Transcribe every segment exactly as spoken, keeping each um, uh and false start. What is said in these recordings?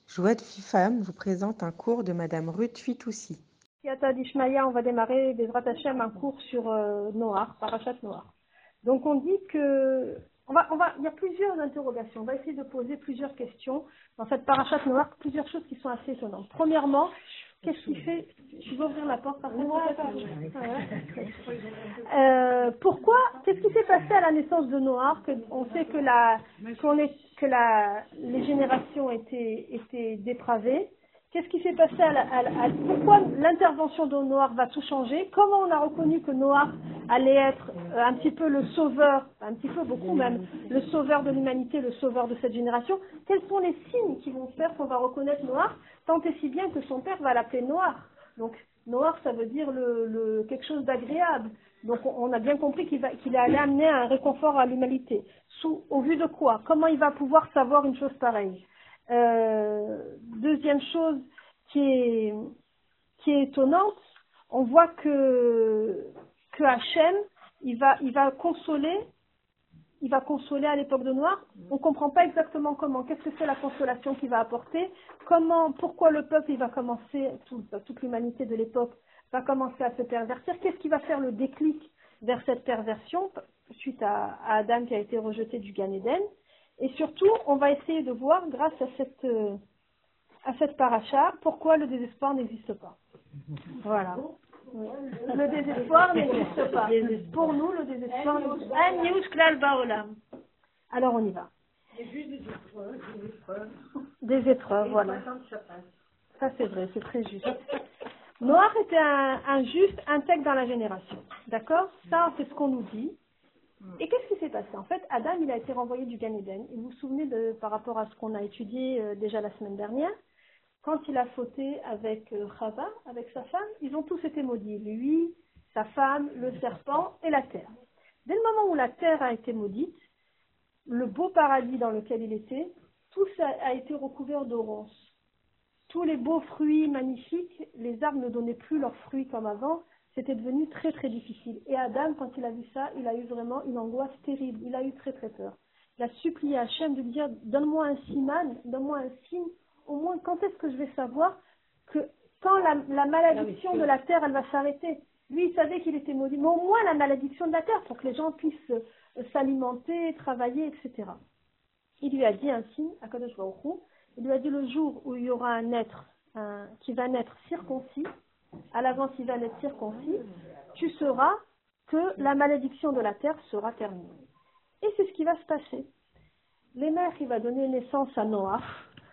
Joie de Femme vous présente un cours de Madame Ruth Fitoussi. Yata d'Ishmaïa, on va démarrer Bezrat Hashem un cours sur euh, Noach, Parashat Noach. Donc on dit que, on va, on va, il y a plusieurs interrogations, on va essayer de poser plusieurs questions dans cette Parashat Noach, plusieurs choses qui sont assez étonnantes. Premièrement, qu'est-ce qui fait, je vais ouvrir la porte par euh, pourquoi, qu'est-ce qui s'est passé à la naissance de Noach, que on sait que la, qu'on est, que la, les générations étaient, étaient dépravées. Qu'est-ce qui s'est passé à, la, à, la, à pourquoi l'intervention de Noach va tout changer? Comment on a reconnu que Noach allait être euh, un petit peu le sauveur, un petit peu beaucoup même, le sauveur de l'humanité, le sauveur de cette génération? Quels sont les signes qui vont faire qu'on va reconnaître Noach, tant et si bien que son père va l'appeler Noach? Donc Noach, ça veut dire le, le, quelque chose d'agréable. Donc on, on a bien compris qu'il, va, qu'il allait amener un réconfort à l'humanité. Sous, au vu de quoi? Comment il va pouvoir savoir une chose pareille? Euh, deuxième chose qui est, qui est étonnante, on voit que, que Hachem, il va, il va consoler, il va consoler à l'époque de Noach. On ne comprend pas exactement comment. Qu'est-ce que c'est la consolation qu'il va apporter? Comment, pourquoi le peuple, il va commencer, tout, toute l'humanité de l'époque va commencer à se pervertir? Qu'est-ce qui va faire le déclic vers cette perversion suite à, à Adam qui a été rejeté du Gan Eden? Et surtout, on va essayer de voir, grâce à cette, euh, à cette paracha, pourquoi le désespoir n'existe pas. Voilà. Oui. Le désespoir n'existe pas. Pour nous, le désespoir n'existe pas. Alors, on y va. Des épreuves. Des épreuves, voilà. Ça, c'est vrai, c'est très juste. Noach était un, un juste intègre dans la génération. D'accord? Ça, c'est ce qu'on nous dit. Et qu'est-ce qui s'est passé? En fait, Adam, il a été renvoyé du Gan Eden. Et vous vous souvenez de, par rapport à ce qu'on a étudié euh, déjà la semaine dernière, quand il a fauté avec euh, Chava, avec sa femme, ils ont tous été maudits. Lui, sa femme, le serpent et la terre. Dès le moment où la terre a été maudite, le beau paradis dans lequel il était, tout ça a été recouvert de ronces. Tous les beaux fruits magnifiques, les arbres ne donnaient plus leurs fruits comme avant. C'était devenu très très difficile. Et Adam, quand il a vu ça, il a eu vraiment une angoisse terrible. Il a eu très très peur. Il a supplié à Hachem de lui dire, donne-moi un siman, donne-moi un signe, au moins quand est-ce que je vais savoir que quand la, la malédiction de la terre, elle va s'arrêter. Lui, il savait qu'il était maudit, mais au moins la malédiction de la terre, pour que les gens puissent euh, s'alimenter, travailler, et cetera. Il lui a dit un signe, à Kadosh Baruch Hu, il lui a dit le jour où il y aura un être un, qui va naître circoncis, à l'avance il va naître circoncis, tu sauras que la malédiction de la terre sera terminée. Et c'est ce qui va se passer. Les mères, il va donner naissance à Noach,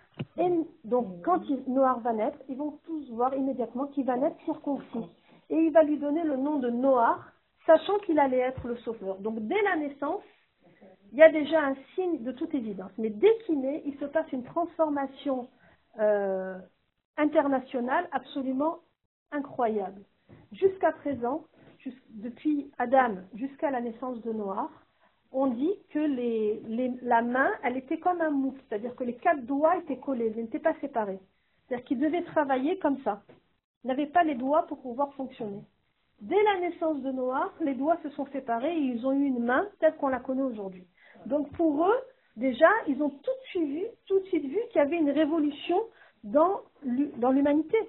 et donc quand il, Noach va naître, ils vont tous voir immédiatement qu'il va naître circoncis. Et il va lui donner le nom de Noach, sachant qu'il allait être le sauveur. Donc dès la naissance, il y a déjà un signe de toute évidence. Mais dès qu'il naît, il se passe une transformation euh, internationale absolument incroyable. Jusqu'à présent, depuis Adam jusqu'à la naissance de Noach, on dit que les, les, la main, elle était comme un mouf, c'est-à-dire que les quatre doigts étaient collés, ils n'étaient pas séparés. C'est-à-dire qu'ils devaient travailler comme ça. Ils n'avaient pas les doigts pour pouvoir fonctionner. Dès la naissance de Noach, les doigts se sont séparés et ils ont eu une main telle qu'on la connaît aujourd'hui. Donc pour eux, déjà, ils ont tout de suite vu, tout de suite vu qu'il y avait une révolution dans l'humanité.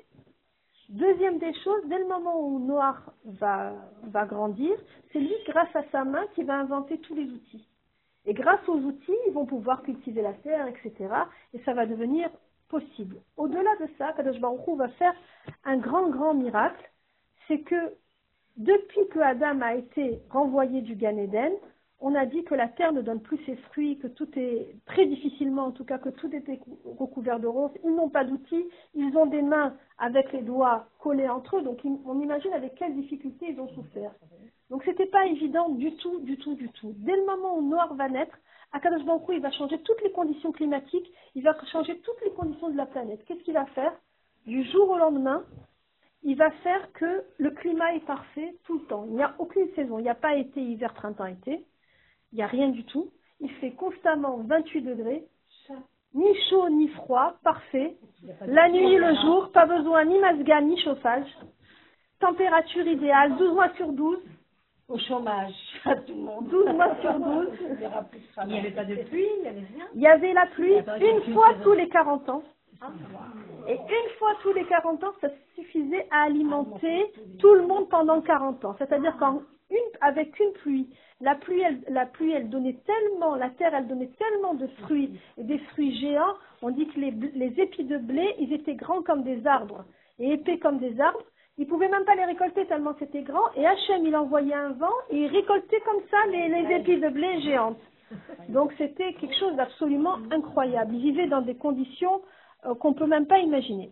Deuxième des choses, dès le moment où Noach va, va grandir, c'est lui, grâce à sa main, qui va inventer tous les outils. Et grâce aux outils, ils vont pouvoir cultiver la terre, et cetera. Et ça va devenir possible. Au-delà de ça, Kadosh Baruch Hu va faire un grand, grand miracle. C'est que depuis que Adam a été renvoyé du Gan Eden, on a dit que la terre ne donne plus ses fruits, que tout est, très difficilement en tout cas, que tout était recouvert de ronces. Ils n'ont pas d'outils, ils ont des mains avec les doigts collés entre eux, donc on imagine avec quelles difficultés ils ont souffert. Donc c'était pas évident du tout, du tout, du tout. Dès le moment où Noach va naître, Akadosh Baruch Hu, il va changer toutes les conditions climatiques, il va changer toutes les conditions de la planète. Qu'est-ce qu'il va faire? Du jour au lendemain, il va faire que le climat est parfait tout le temps. Il n'y a aucune saison, il n'y a pas été, hiver, printemps, été. Il n'y a rien du tout. Il fait constamment vingt-huit degrés, ni chaud ni froid, parfait. La nuit, le jour, pas besoin ni masga ni chauffage. Température idéale, douze mois sur douze. Au chômage, à tout le monde. douze mois sur douze. Il n'y avait pas de pluie, il y avait rien. Il y avait la pluie une fois tous les quarante ans. Et une fois tous les quarante ans, ça suffisait à alimenter tout le monde pendant quarante ans. C'est-à-dire qu'avec une pluie, la pluie, elle, la pluie, elle donnait tellement, la terre, elle donnait tellement de fruits, et des fruits géants. On dit que les, les épis de blé, ils étaient grands comme des arbres et épais comme des arbres. Ils pouvaient même pas les récolter tellement c'était grand. Et Hachem, il envoyait un vent et il récoltait comme ça les, les épis de blé géantes. Donc c'était quelque chose d'absolument incroyable. Ils vivaient dans des conditions euh, qu'on peut même pas imaginer.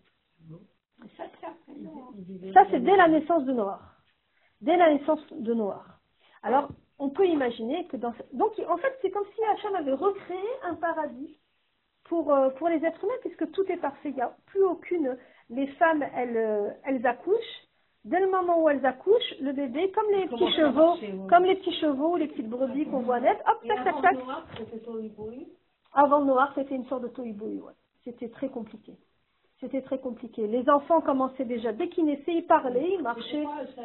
Ça, c'est dès la naissance de Noah. Dès la naissance de Noah. Alors, on peut imaginer que dans... Donc, en fait, c'est comme si Hachem avait recréé un paradis pour, euh, pour les êtres humains, puisque tout est parfait. Il n'y a plus aucune... Les femmes, elles, euh, elles accouchent. Dès le moment où elles accouchent, le bébé, comme les petits chevaux, marcher, ouais. comme les petits chevaux ou les petites brebis qu'on voit naître, hop, tac, tac, tac. Avant le noir, c'était une sorte de tohu-bohu, ouais. C'était très compliqué. C'était très compliqué. Les enfants commençaient déjà, dès qu'ils naissaient, ils parlaient, ils marchaient.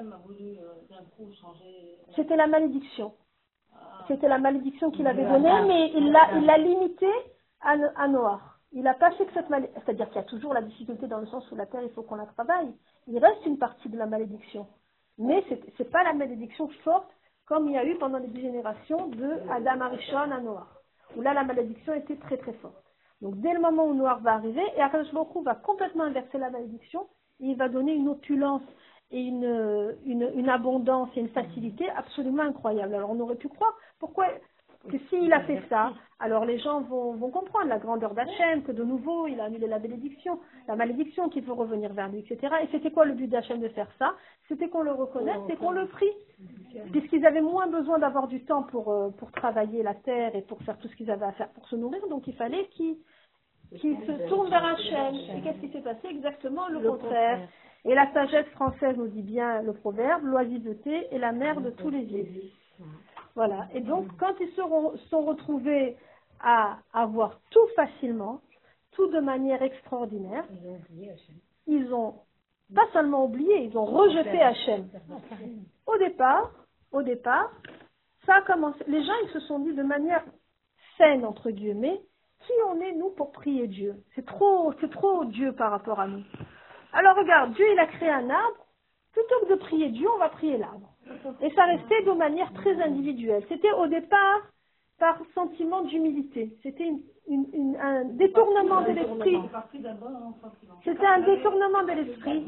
C'était la malédiction. C'était la malédiction qu'il avait donnée, mais il l'a, il l'a limité à, à Noah. Il n'a pas fait que cette malédiction. C'est-à-dire qu'il y a toujours la difficulté dans le sens où la terre, il faut qu'on la travaille. Il reste une partie de la malédiction. Mais ce n'est pas la malédiction forte comme il y a eu pendant les dix générations de Adam Arishon à Noah. Où là, la malédiction était très très forte. Donc dès le moment où Noah va arriver, et Akadosh Baruch Hu va complètement inverser la malédiction, et il va donner une opulence et une, une, une abondance et une facilité absolument incroyable. Alors on aurait pu croire, pourquoi que s'il a fait ça, alors les gens vont, vont comprendre la grandeur d'Hachem, que de nouveau il a annulé la bénédiction, la malédiction, qu'il faut revenir vers lui, et cetera. Et c'était quoi le but d'Hachem de faire ça? C'était qu'on le reconnaisse et qu'on le prie. Puisqu'ils avaient moins besoin d'avoir du temps pour, euh, pour travailler la terre et pour faire tout ce qu'ils avaient à faire pour se nourrir, donc il fallait qu'ils qu'ils se tournent vers Hachem. Et qu'est-ce qui s'est passé? Exactement le, le contraire. contraire. Et la sagesse française nous dit bien le proverbe, l'oisiveté est la mère de tous les vices. Voilà. Et donc, quand ils seront, sont retrouvés à avoir tout facilement, tout de manière extraordinaire, ils ont pas seulement oublié, ils ont rejeté Hachem. Au départ, au départ, ça a commencé. Les gens, ils se sont dit de manière saine, entre guillemets, qui on est, nous, pour prier Dieu? C'est trop, c'est trop Dieu par rapport à nous. Alors, regarde, Dieu, il a créé un arbre. Plutôt que de prier Dieu, on va prier l'arbre. Et ça restait de manière très individuelle. C'était au départ par sentiment d'humilité. C'était une, une, une, un détournement de l'esprit. C'était un détournement de l'esprit.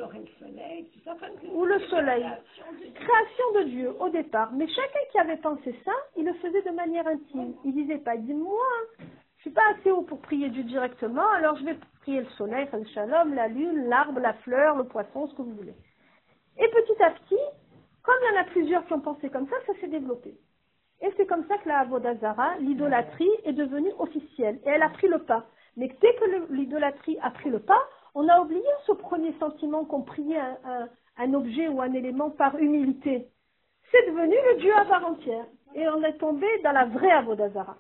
Ou le soleil. Création de Dieu au départ. Mais chacun qui avait pensé ça, il le faisait de manière intime. Il disait pas, il dit moi, je suis pas assez haut pour prier Dieu directement, alors je vais prier le soleil, le shalom, la lune, l'arbre, la fleur, le poisson, ce que vous voulez. Et petit à petit, comme il y en a plusieurs qui ont pensé comme ça, ça s'est développé. Et c'est comme ça que la Avodah Zara, l'idolâtrie, est devenue officielle. Et elle a pris le pas. Mais dès que l'idolâtrie a pris le pas, on a oublié ce premier sentiment qu'on priait un, un, un objet ou un élément par humilité. C'est devenu le Dieu à part entière. Et on est tombé dans la vraie Avodah Zara.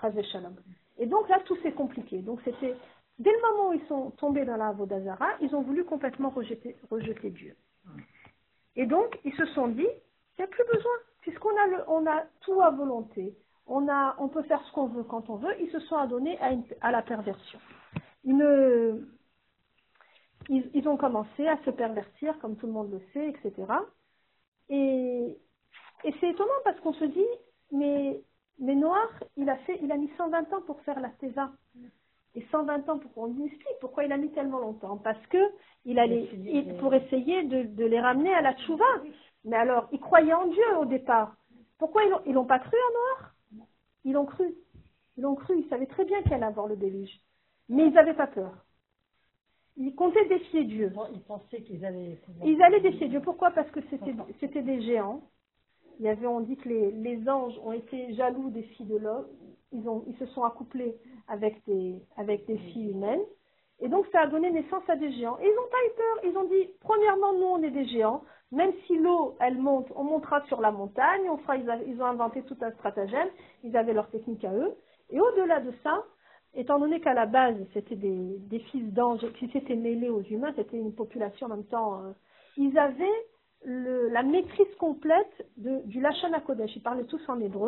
Et donc là, tout s'est compliqué. Donc c'était, dès le moment où ils sont tombés dans la Avodah Zara, ils ont voulu complètement rejeter, rejeter Dieu. Et donc, ils se sont dit, il n'y a plus besoin, puisqu'on a, le, on a tout à volonté, on, a, on peut faire ce qu'on veut quand on veut, ils se sont adonnés à, une, à la perversion. Ils, ne, ils, ils ont commencé à se pervertir, comme tout le monde le sait, et cetera. Et, et c'est étonnant parce qu'on se dit, mais, mais Noach, il a, fait, il a mis cent vingt ans pour faire la Teva. Et cent vingt ans, pour qu'on lui explique pourquoi il a mis tellement longtemps. Parce que il allait, il, pour essayer de, de les ramener à la tchouva. Mais alors, ils croyaient en Dieu au départ. Pourquoi ils l'ont, ils l'ont pas cru en Noach? Ils l'ont cru. Ils l'ont cru. Ils savaient très bien qu'il allait avoir le déluge. Mais ils n'avaient pas peur. Ils comptaient défier Dieu. Ils pensaient qu'ils allaient... Ils allaient défier Dieu. Pourquoi? Parce que c'était, c'était des géants. Il y avait, on dit que les, les anges ont été jaloux des filles de l'homme. Ils, ont, ils se sont accouplés avec des, avec des filles humaines. Et donc, ça a donné naissance à des géants. Et ils n'ont pas eu peur. Ils ont dit, premièrement, nous, on est des géants. Même si l'eau, elle monte, on montera sur la montagne. On fera, ils, a, ils ont inventé tout un stratagème. Ils avaient leur technique à eux. Et au-delà de ça, étant donné qu'à la base, c'était des, des fils d'anges qui s'étaient mêlés aux humains, c'était une population en même temps, euh, ils avaient le, la maîtrise complète de, du Lachon HaKodesh. Ils parlaient tous en hébreu.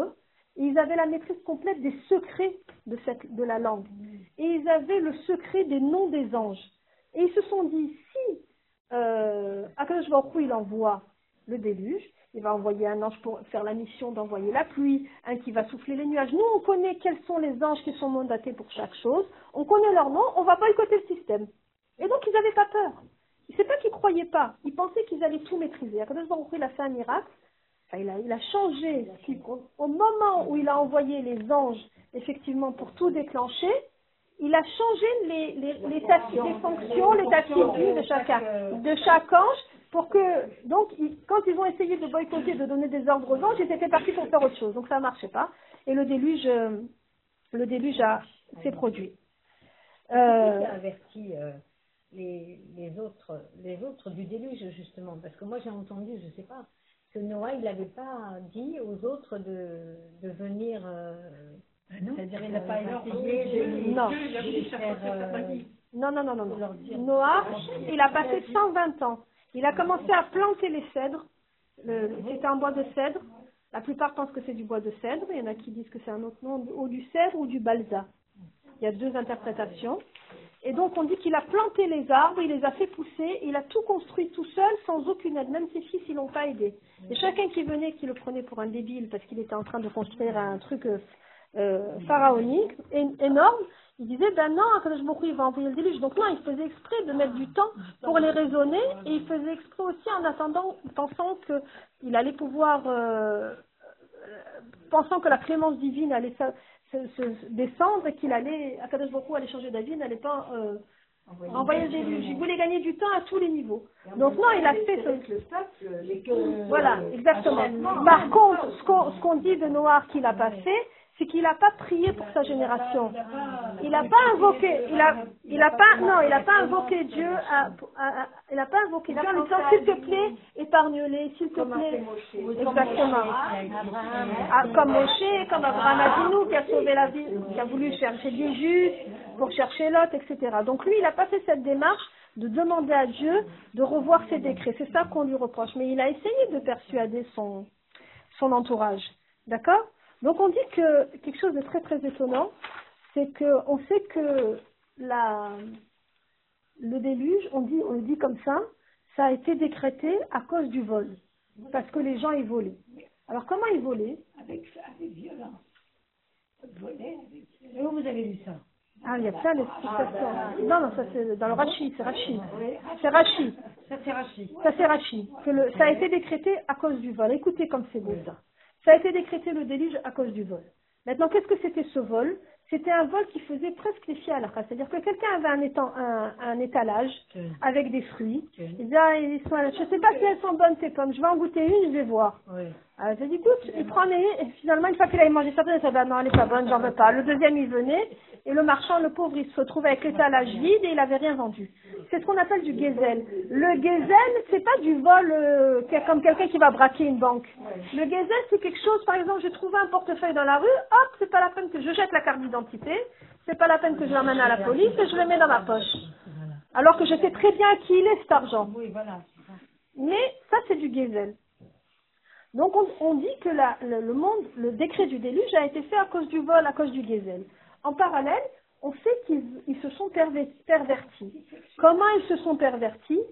Et ils avaient la maîtrise complète des secrets de, cette, de la langue. Et ils avaient le secret des noms des anges. Et ils se sont dit, si euh, Akadosh Baruch Hu, il envoie le déluge, il va envoyer un ange pour faire la mission d'envoyer la pluie, un qui va souffler les nuages. Nous, on connaît quels sont les anges qui sont mandatés pour chaque chose. On connaît leur nom, on va boycotter le système. Et donc, ils n'avaient pas peur. C'est pas qu'ils ne croyaient pas. Ils pensaient qu'ils allaient tout maîtriser. Akadosh Baruch Hu, il a fait un miracle. Enfin, il, a, il a changé. Au moment où il a envoyé les anges, effectivement, pour tout déclencher, il a changé les, les, les, tâches, les fonctions, les activités de chacun, de chaque ange, pour que, donc, ils, quand ils ont essayé de boycotter, de donner des ordres aux anges, ils étaient partis pour faire autre chose. Donc ça ne marchait pas. Et le déluge, euh, le déluge a, s'est produit. Euh, qui a averti euh, les, les, autres, les autres du déluge, justement? Parce que moi, j'ai entendu, je ne sais pas, que Noah, il n'avait pas dit aux autres de, de venir... Euh, C'est-à-dire qu'il n'a pas essayé de... Non. Non, non, non, non, non. Noah, il a passé cent vingt ans. Il a commencé à planter les cèdres. Le, c'était un bois de cèdre. La plupart pensent que c'est du bois de cèdre. Il y en a qui disent que c'est un autre nom, ou du cèdre ou du balsa. Il y a deux interprétations. Et donc on dit qu'il a planté les arbres, il les a fait pousser, il a tout construit tout seul, sans aucune aide. Même ses fils, ils l'ont pas aidé. Et chacun qui venait, qui le prenait pour un débile, parce qu'il était en train de construire un truc... Euh, Euh, pharaonique, énorme, il disait, ben non, Akadosh Baruch Hu, il va envoyer le déluge. Donc non, il faisait exprès de mettre du temps pour les raisonner, et il faisait exprès aussi en attendant, pensant qu'il allait pouvoir, euh, pensant que la clémence divine allait se, se, se descendre, et qu'il allait, Akadosh Baruch Hu allait changer d'avis, n'allait pas euh, envoyer, envoyer le déluge. Il voulait gagner du temps à tous les niveaux. Donc non, il a fait ce... Voilà, exactement. Par contre, ce qu'on, ce qu'on dit de Noah qu'il n'a pas fait, c'est qu'il n'a pas prié pour sa génération. Il n'a pas invoqué, il a, il a pas, non, il n'a pas invoqué Dieu, à, à, à, il n'a pas invoqué Dieu en lui disant, s'il te plaît, épargne-les, s'il te plaît. Exactement. Ah, comme Moshe, comme Abraham Avinu, qui a sauvé la vie, qui a voulu chercher des justes, pour chercher Lot, et cetera. Donc lui, il n'a pas fait cette démarche de demander à Dieu de revoir ses décrets. C'est ça qu'on lui reproche. Mais il a essayé de persuader son, son entourage. D'accord ? Donc on dit que quelque chose de très très étonnant, c'est qu'on sait que la, le déluge, on dit, on le dit comme ça, ça a été décrété à cause du vol, parce que les gens y volaient. Alors comment ils volaient? Avec, avec violence. Voler avec violence. Et où vous avez lu ça? Ah, il y a plein d'explications. Non, non, ça c'est dans le Rashi, c'est Rashi. C'est Rashi. Ça c'est Rashi. Ça c'est Rashi. Que le, ça a été décrété à cause du vol. Écoutez comme c'est beau ça. Ça a été décrété le déluge à cause du vol. Maintenant, qu'est-ce que c'était ce vol? C'était un vol qui faisait presque les filles à la race. C'est-à-dire que quelqu'un avait un, étang, un, un étalage avec des fruits. Il disait, ah, ils sont, je ne sais pas si elles sont bonnes ces pommes, je vais en goûter une, je vais voir. Oui. Alors, je dis, écoute, il prenait, et finalement, une fois qu'il avait mangé certaines, il disait, non, elle n'est pas bonne, j'en veux pas. Le deuxième, il venait, et le marchand, le pauvre, il se retrouve avec l'étalage vide et il n'avait rien vendu. C'est ce qu'on appelle du gazelle. Le gazelle, c'est pas du vol euh, comme quelqu'un qui va braquer une banque. Le gazelle, c'est quelque chose, par exemple, j'ai trouvé un portefeuille dans la rue, hop, c'est pas la peine que je jette la carte d'identité, c'est pas la peine que je l'emmène à la police et je le mets dans ma poche. Alors que je sais très bien à qui il est cet argent. Oui, voilà. Mais ça, c'est du gazelle. Donc on, on dit que la, le, le monde, le décret du déluge a été fait à cause du vol, à cause du gazelle. En parallèle, on sait qu'ils ils se sont pervertis. Comment ils se sont pervertis?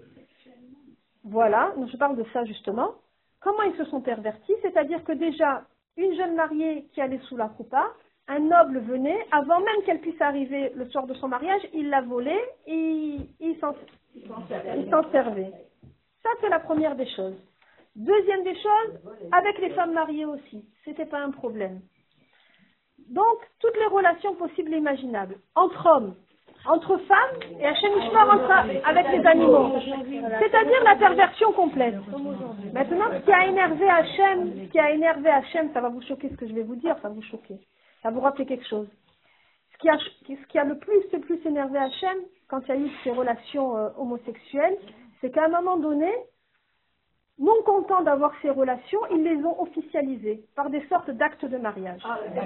Voilà, je parle de ça justement. Comment ils se sont pervertis? C'est-à-dire que déjà, une jeune mariée qui allait sous la roupa, un noble venait, avant même qu'elle puisse arriver le soir de son mariage, il la volait et il s'en, il s'en servait. Ça, c'est la première des choses. Deuxième des choses, avec les femmes mariées aussi. C'était pas un problème. Donc, toutes les relations possibles et imaginables. Entre hommes, entre femmes, et Hachem Ishmar entre, avec les animaux. C'est-à-dire la perversion complète. Maintenant, ce qui a énervé Hachem, ce qui a énervé Hachem, ça va vous choquer ce que je vais vous dire, ça va vous choquer. Ça va vous rappeler quelque chose. Ce qui a, ce qui a le plus, le plus énervé Hachem, quand il y a eu ces relations euh, homosexuelles, c'est qu'à un moment donné, non contents d'avoir ces relations, ils les ont officialisées par des sortes d'actes de mariage. Ah, c'est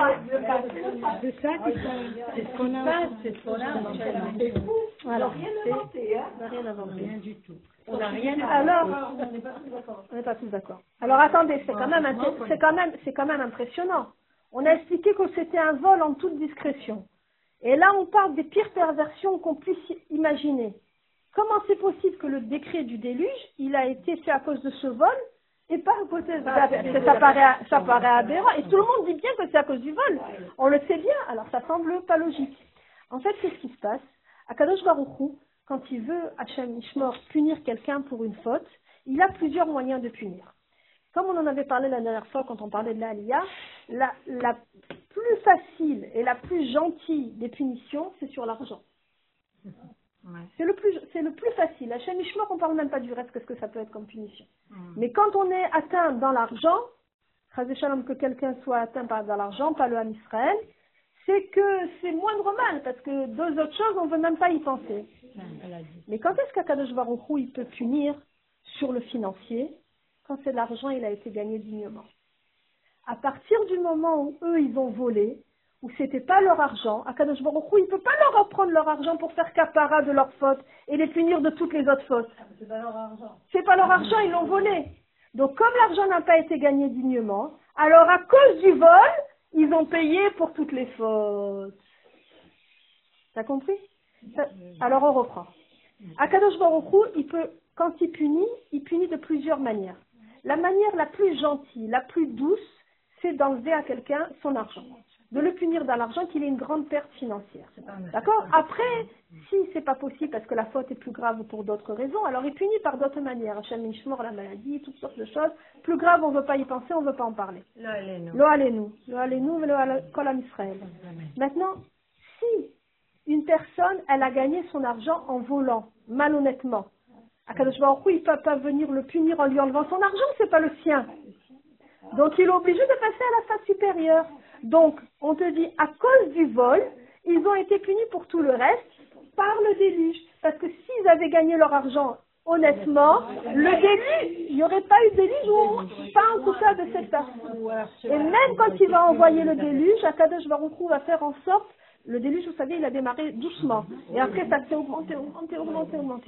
ça, c'est ce qu'on a. C'est ce qu'on a. C'est fou. Voilà. On n'a rien inventé. Rien du tout. On n'a rien inventé. Alors, on n'est pas tous d'accord. On n'est pas tous d'accord. Alors attendez, c'est quand même, c'est quand même, c'est quand même impressionnant. On a expliqué que c'était un vol en toute discrétion. Et là, on parle des pires perversions qu'on puisse imaginer. Comment c'est possible que le décret du déluge, il a été fait à cause de ce vol et pas à cause de ça, ça paraît, ça paraît aberrant. Et tout le monde dit bien que c'est à cause du vol. On le sait bien, alors ça semble pas logique. En fait, qu'est-ce qui se passe? Akadosh Baruch Hu, quand il veut, Hachem Ishmor, punir quelqu'un pour une faute, il a plusieurs moyens de punir. Comme on en avait parlé la dernière fois quand on parlait de la Aliyah, la, la plus facile et la plus gentille des punitions, c'est sur l'argent. Ouais. C'est le plus, c'est le plus facile. Hachem Ishmor, on ne parle même pas du reste, qu'est-ce que ça peut être comme punition. Mm. Mais quand on est atteint dans l'argent, Chazé Shalom, que quelqu'un soit atteint par dans l'argent, pas le Ham Israël, c'est que c'est moindre mal, parce que deux autres choses, on ne veut même pas y penser. Mm. Mais quand est-ce qu'Akadosh Baruch Hu, il peut punir sur le financier? Quand c'est de l'argent, il a été gagné dignement. À partir du moment où eux, ils ont volé, où c'était pas leur argent, Akadosh Baruch Hu, il ne peut pas leur reprendre leur argent pour faire capara de leurs fautes et les punir de toutes les autres fautes. C'est pas leur argent. C'est pas leur argent, ils l'ont volé. Donc comme l'argent n'a pas été gagné dignement, alors à cause du vol, ils ont payé pour toutes les fautes. T'as compris? Ça, alors on reprend. Akadosh Baruch Hu, il peut, quand il punit, il punit de plusieurs manières. La manière la plus gentille, la plus douce, c'est d'enlever à quelqu'un son argent. De le punir dans l'argent qu'il ait une grande perte financière. D'accord? Après, si c'est pas possible parce que la faute est plus grave pour d'autres raisons, alors il punit par d'autres manières. Hachem Ishmor, la maladie, toutes sortes de choses. Plus grave, on ne veut pas y penser, on ne veut pas en parler. Lo alenu. Lo alenu. Lo alenu, lo kol am Israël. Maintenant, si une personne, elle a gagné son argent en volant, malhonnêtement, Akadosh Baruch Hu, il ne peut pas venir le punir en lui enlevant son argent, c'est pas le sien. Donc il est obligé de passer à la phase supérieure. Donc, on te dit, à cause du vol, ils ont été punis pour tout le reste par le déluge. Parce que s'ils avaient gagné leur argent honnêtement, le déluge, il n'y aurait pas eu de déluge, ou pas en tout cas de cette façon. Et même quand il va envoyer le déluge, Akadosh Baruch Hu va faire en sorte, le déluge, vous savez, il a démarré doucement. Et après, ça s'est augmenté, augmenté, augmenté, augmenté.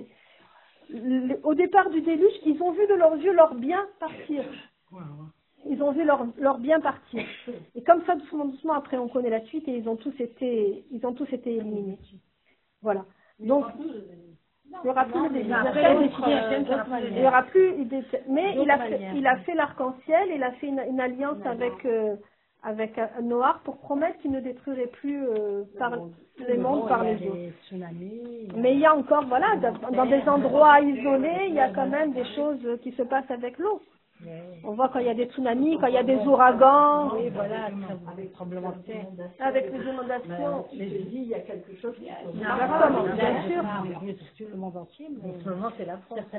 Au départ du déluge, ils ont vu de leurs yeux leur bien partir. Ils ont vu leur, leur bien partir. Et comme ça, doucement, doucement, après, on connaît la suite et ils ont tous été, ils ont tous été éliminés. Voilà. Donc, il n'y aura plus des, il y aura plus, mais il a fait, il a fait l'arc-en-ciel, il a fait une, une alliance avec, euh, avec Noach pour promettre qu'il ne détruirait plus euh, par les mondes par les autres. Mais il y a encore, voilà, dans des endroits isolés, il y a quand même des choses qui se passent avec l'eau. On voit quand il y a des tsunamis, quand il y a des ouragans. Oui, voilà, avec les tremblements de terre. Avec les inondations. Mais je dis, il y a quelque chose qui a... Exactement, bien sûr. Sur le monde entier, mais en ce moment, c'est la France.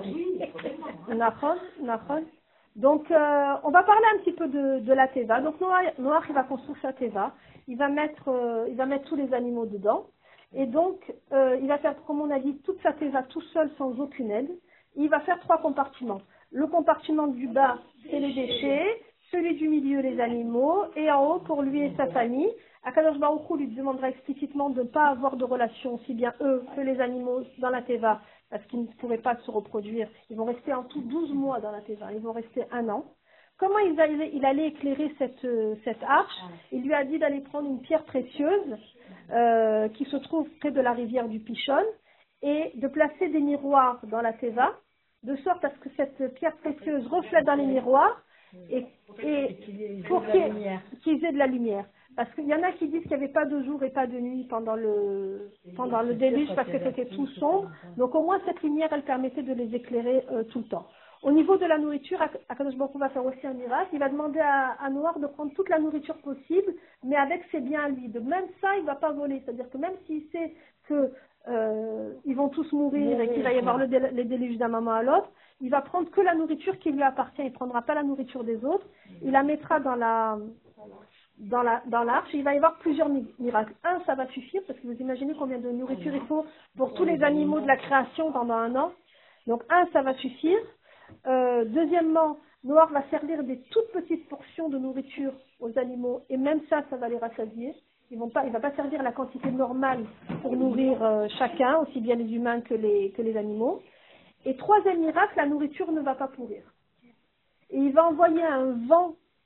Nachon, Nachon. Donc, euh, on va parler un petit peu de, de la Teva. Donc, Noach, Noach, il va construire sa Teva. Il va mettre, euh, il va mettre tous les animaux dedans. Et donc, euh, il va faire, comme on a dit, toute sa Teva tout seul, sans aucune aide. Il va faire trois compartiments. Le compartiment du bas, c'est les déchets, celui du milieu, les animaux, et en haut, pour lui et sa famille. Akadosh Baruch Hu lui demandera explicitement de ne pas avoir de relation, aussi bien eux que les animaux, dans la Teva, parce qu'ils ne pourraient pas se reproduire. Ils vont rester en tout douze mois dans la Teva, ils vont rester un an. Comment il allait, il allait éclairer cette, cette arche? Il lui a dit d'aller prendre une pierre précieuse euh, qui se trouve près de la rivière du Pishon et de placer des miroirs dans la Teva, de sorte à ce que cette pierre précieuse reflète dans les miroirs et, et pour qu'ils aient de la lumière. Parce qu'il y en a qui disent qu'il n'y avait pas de jour et pas de nuit pendant le, pendant le déluge parce que c'était tout sombre. Donc au moins cette lumière, elle permettait de les éclairer euh, tout le temps. Au niveau de la nourriture, Akadosh Baruch Hu va faire aussi un miracle. Il va demander à, à Noach de prendre toute la nourriture possible, mais avec ses biens à lui. De même ça, il ne va pas voler. C'est-à-dire que même s'il sait que Euh, ils vont tous mourir et qu'il va y avoir le dé, les déluges d'un moment à l'autre, il va prendre que la nourriture qui lui appartient, il ne prendra pas la nourriture des autres, il la mettra dans la dans la dans l'arche, il va y avoir plusieurs miracles. Un, ça va suffire, parce que vous imaginez combien de nourriture il faut pour tous les animaux de la création pendant un an. Donc un, ça va suffire. Euh, deuxièmement, Noach va servir des toutes petites portions de nourriture aux animaux, et même ça, ça va les rassasier. Ils vont pas, il ne va pas servir la quantité normale pour nourrir euh, chacun, aussi bien les humains que les, que les animaux. Et troisième miracle, la nourriture ne va pas pourrir. Et il va envoyer un vent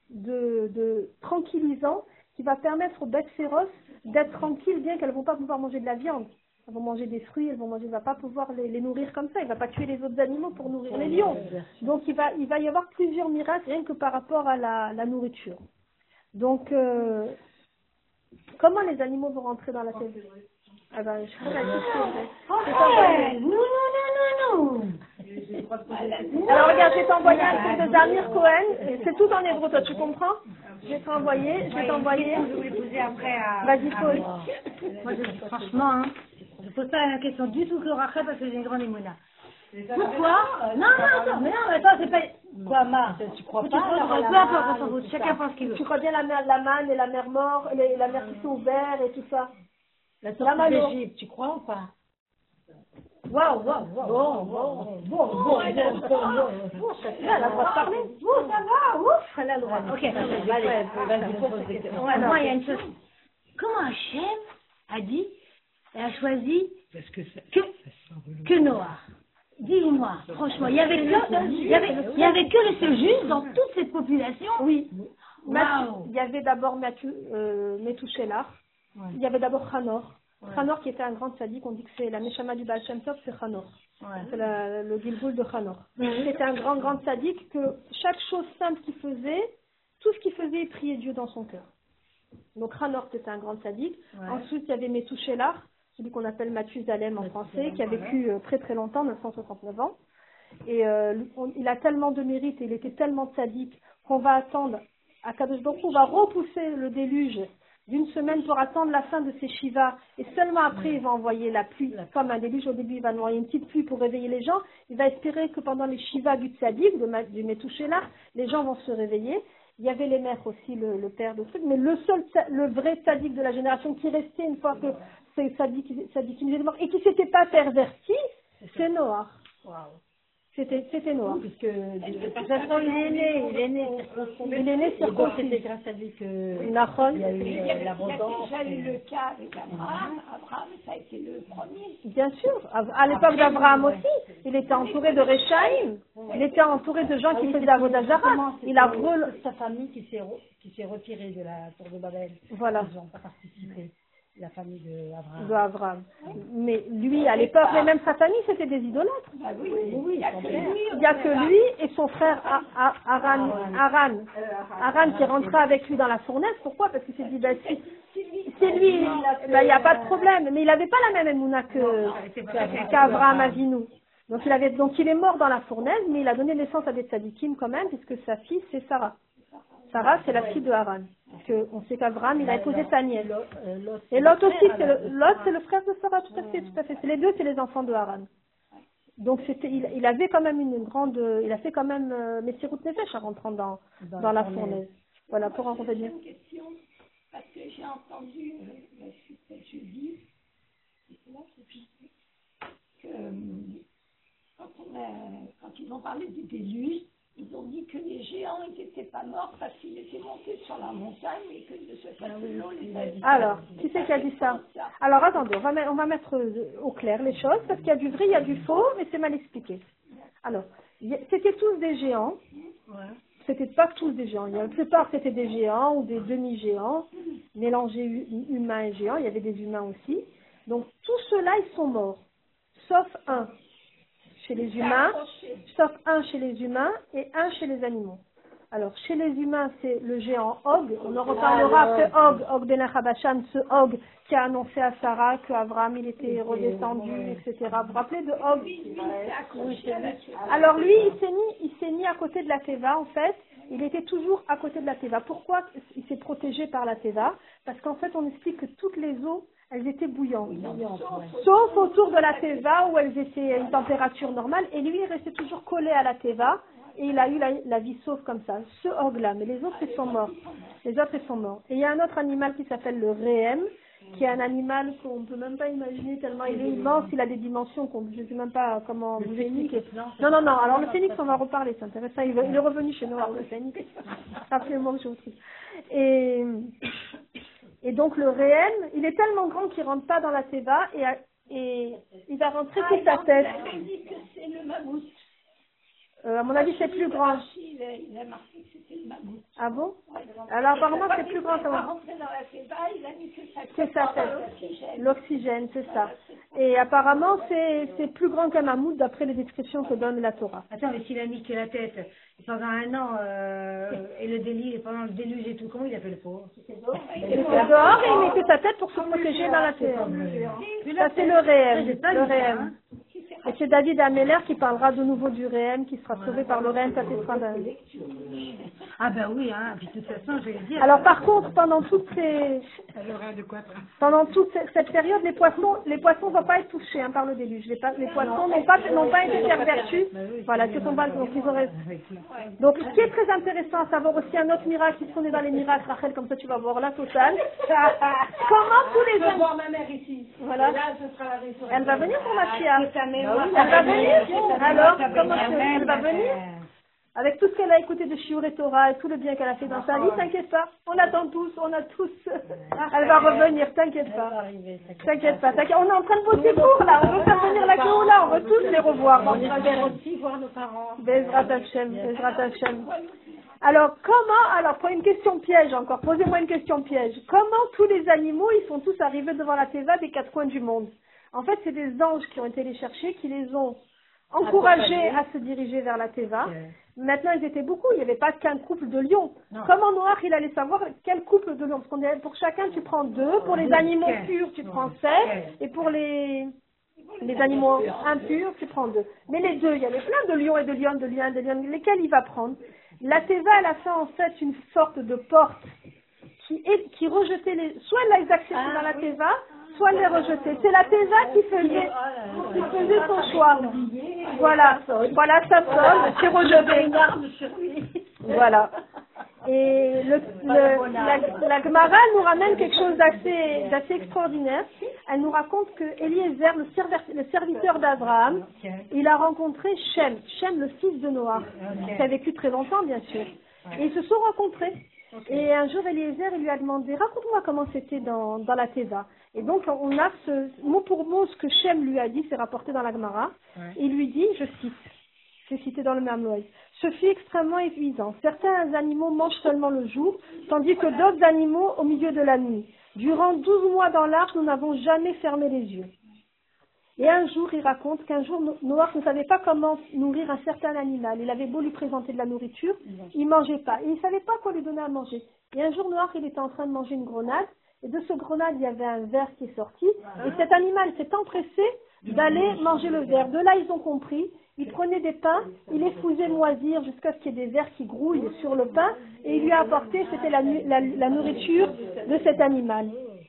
de, de tranquillisant qui va permettre aux bêtes féroces d'être tranquilles, bien qu'elles ne vont pas pouvoir manger de la viande. Elles vont manger des fruits, elles vont manger, il ne va pas pouvoir les, les nourrir comme ça, il ne va pas tuer les autres animaux pour nourrir les lions. Donc il va, il va y avoir plusieurs miracles rien que par rapport à la, la nourriture. Donc, euh, comment les animaux vont rentrer dans la tête? Ah ben, je crois que c'est vrai. Non, non, non, non, non. Alors regarde, je vais t'envoyer un truc de Zamir Cohen, c'est tout en hébreu, toi tu comprends? Je vais t'envoyer, je vais t'envoyer. Je voulais poser après à... Vas-y, pose. Moi, je, franchement, hein, je pose pas la question du tout que Rachel parce que j'ai une grande émouna. Pourquoi? Non, non, non, mais non, mais attends, c'est pas... Quoi, Ma? Tu crois pas? Peu importe, on s'en fout, chacun pense ce qu'il veut. Tu crois bien la mer, la manne et la mer mort, et la mer qui sont ouvertes et tout ça? La sortie d'Égypte, tu crois ou pas? Waouh, waouh, waouh. Bon, bon, bon, bon, bon, bon, bon. Elle a le droit de parler. Bon, ça va, ouf. Elle a le droit. Ok, moi, il y a une chose. Comment Hachem a dit et a choisi que, que Noah? Dis-moi, franchement, il y avait que, il y avait, il y avait que le seul juste dans toute cette population? Oui. Wow. Il y avait d'abord euh, Metouchélar. Ouais. Il y avait d'abord Hanor. Ouais. Hanor qui était un grand sadique, on dit que c'est la Neshama du Baal Shem Tov, c'est Hanor. Ouais. C'est la, le Gilgul de Hanor. Mm-hmm. C'était un grand, grand sadique que chaque chose simple qu'il faisait, tout ce qu'il faisait, il priait Dieu dans son cœur. Donc Hanor, c'était un grand sadique. Ouais. Ensuite, il y avait Metouchélar, celui qu'on appelle Mathusalem en français, qui a vécu euh, très très longtemps, neuf cent soixante-neuf ans. Et euh, on, il a tellement de mérite et il était tellement sadique qu'on va attendre, à Kadosh Baruch Hu, on va repousser le déluge d'une semaine pour attendre la fin de ses shivas, et seulement après il va envoyer la pluie, comme un déluge. Au début il va envoyer une petite pluie pour réveiller les gens, il va espérer que pendant les shivas du tzaddik, du Metouchélar, les gens vont se réveiller. Il y avait les mères aussi, le, le père de truc, mais le seul, le vrai tzaddik de la génération qui restait une fois que ces tzaddikim étaient morts et qui s'était pas perverti, c'est Noah. Wow. C'était, c'était Noah. Puisque, de toute façon, il est né, il est né. Il est né sur quoi? C'était grâce à lui que Nahon. Il y a eu l'abondance. Il y a déjà eu le cas avec Abraham. Abraham, ça a été le premier. Bien sûr. À l'époque d'Abraham aussi, il était entouré de Réchaïm. Il était entouré de gens qui faisaient la Avodah Zarah. Il a re... sa famille qui s'est, qui s'est retirée de la tour de Babel. Voilà. Ils n'ont pas participé. La famille d'Abraham. De Abraham. Mais lui, à l'époque, mais même sa famille, c'était des idolâtres. Ah oui, oui, oui. Il n'y a que lui et son frère Aran, Aran, Aran qui rentrait avec lui dans la fournaise. Pourquoi? Parce qu'il s'est dit, ben, si, c'est lui, ben, il n'y a pas de problème. Mais il n'avait pas la même émouna que, qu'Abraham Avinu. Donc il, avait, donc il est mort dans la fournaise, mais il a donné naissance à des tzadikim quand même, puisque sa fille, c'est Sarah. Sarah, c'est la fille de Haran. Parce qu'on sait qu'Abraham, il a épousé sa nièce. Et Lot aussi, c'est le, Lot, c'est le frère de Sarah, tout à fait, tout à fait. C'est les deux, c'est les enfants de Haran. Donc c'était, il, il avait quand même une grande, il a fait quand même euh, Messirut Nefesh en rentrant dans, dans, dans la fournaise. Voilà, pour en revenir. Une question, parce que j'ai entendu, euh, je suis jeudi, c'est là que, que quand, on a, quand ils ont parlé du déluge, ils ont dit que les géants n'étaient pas morts parce qu'ils étaient montés sur la montagne et que de ce fait l'eau les avait... Alors, qui c'est qui a dit ça? Alors attendez, on va, mettre, on va mettre au clair les choses, parce qu'il y a du vrai, il y a du faux, mais c'est mal expliqué. Alors, c'était tous des géants, c'était pas tous des géants, il y a la plupart c'était des géants ou des demi-géants, mélangés humains et géants, il y avait des humains aussi. Donc tous ceux-là, ils sont morts, sauf un. Chez les humains, sauf un chez les humains et un chez les animaux. Alors, chez les humains, c'est le géant Og. On en reparlera, ce Og, Og ben Achabashan, ce Og qui a annoncé à Sarah qu'Abraham, il était redescendu, et cetera. Vous vous rappelez de Og? Alors lui, il s'est mis, il s'est mis à côté de la Teva, en fait. Il était toujours à côté de la Teva. Pourquoi il s'est protégé par la Teva? Parce qu'en fait, on explique que toutes les eaux, elles étaient bouillantes, sauf autour de la Teva où elles étaient à une température normale, et lui il restait toujours collé à la Teva et il a eu la, la vie sauve comme ça, ce Og-là, mais les autres ils sont morts, les autres ils sont morts. Et il y a un autre animal qui s'appelle le Réhem, qui est un animal qu'on ne peut même pas imaginer tellement il est immense, il a des dimensions qu'on je ne sais même pas comment vous expliquer. Non, non, non, alors le phénix on va reparler, c'est intéressant, il, il est revenu chez nous, alors le phénix, absolument je vous trouve. Et... Et donc le Réhem, il est tellement grand qu'il ne rentre pas dans la Teva et, et il va rentrer toute sa tête. On dit que c'est le mammouth. Euh, à mon avis, c'est plus grand. Il a, il a marqué que c'était le mammouth. Ah bon? Ouais, Alors apparemment, c'est plus grand. Il Ça va va. rentrer dans la théba, il a mis que sa C'est tête sa dans tête. l'oxygène. L'oxygène, c'est ça. Et apparemment, c'est c'est plus grand qu'un mammouth d'après les descriptions que donne la Torah. Attends, mais s'il a mis que la tête, pendant un an, euh, et le déluge, pendant le déluge et tout, comment il a fait le pauvre? Il était dehors et il mettait sa tête pour se protéger dans la terre. Ça, c'est le réel. Le réel. Et c'est David Ameller qui parlera de nouveau du réel, qui sera sauvé par le réel, ça sera d'un. Ah ben oui, hein, puis de toute façon, je vais le dire. Alors par contre, pendant toutes ces, Elle aura de quoi faire. pendant toute ce- cette période, les poissons, les poissons vont pas être touchés hein, par le déluge. Les, pa- les poissons n'ont pas, n'ont pas été pervertus. Voilà, ce sont pas, donc ils auraient. Donc ce qui est très intéressant à savoir aussi un autre miracle, puisqu'on est dans les miracles, Rachel, comme ça tu vas voir la totale. Comment tous les Je vais hommes. voir ma mère ici. Voilà. Et là, ce sera la résurrection. Elle va venir pour ma fille. hein. Ta mémoire. Elle va venir. Alors, Ta comment mémoire. tu- elle va venir? Avec tout ce qu'elle a écouté de Shiur et Torah et tout le bien qu'elle a fait dans sa vie, t'inquiète pas. On attend tous, on a tous. Elle va revenir, t'inquiète pas. T'inquiète pas, t'inquiète. On est en train de bosser pour là. On veut faire venir la Géoula, on veut tous les revoir. On espère aussi voir nos parents. Bezrat Hashem, Bezrat Hashem. Alors, comment, alors, pour une question piège encore, posez-moi une question piège. Comment tous les animaux, ils sont tous arrivés devant la Teva des quatre coins du monde? En fait, c'est des anges qui ont été les chercher, qui les ont encouragés à se diriger vers la Teva. Maintenant, ils étaient beaucoup, il n'y avait pas qu'un couple de lions. Comment Noach, il allait savoir quel couple de lions? Parce qu'on est, pour chacun, tu prends deux, pour les animaux purs, tu prends sept, et pour les, les animaux impurs, tu prends deux. Mais les deux, il y avait plein de lions et de lions, de lions, de lions, lesquels il va prendre. La Teva, elle a fait en fait une sorte de porte qui, est, qui rejetait les... Soit elle les acceptait dans la Teva, soit elle les rejetait. C'est la Teva qui faisait, qui faisait son choix. Voilà, voilà sa somme, qui rejetait. Voilà. Et le, le, la, la Gemara nous ramène quelque chose d'assez, d'assez extraordinaire. Elle nous raconte que Eliezer, le, server, le serviteur d'Abraham, il a rencontré Shem, Shem le fils de Noach, qui a vécu très longtemps bien sûr. Et ils se sont rencontrés. Et un jour Eliezer il lui a demandé, raconte-moi comment c'était dans, dans la Teva. Et donc on a ce mot pour mot ce que Shem lui a dit, c'est rapporté dans la Gemara. Il lui dit, je cite, c'est cité dans le Merloï. Ce fut extrêmement épuisant. Certains animaux mangent seulement le jour, tandis que d'autres animaux au milieu de la nuit. Durant douze mois dans l'arche, nous n'avons jamais fermé les yeux. Et un jour, il raconte qu'un jour, Noach ne savait pas comment nourrir un certain animal. Il avait beau lui présenter de la nourriture, il ne mangeait pas. Et il ne savait pas quoi lui donner à manger. Et un jour, Noach, il était en train de manger une grenade. Et de ce grenade, il y avait un ver qui est sorti. Et cet animal s'est empressé d'aller manger le ver. De là, ils ont compris. Il prenait des pains, il les faisait moisir jusqu'à ce qu'il y ait des vers qui grouillent sur le pain. Et il lui a apporté, c'était la, la, la nourriture de cet animal.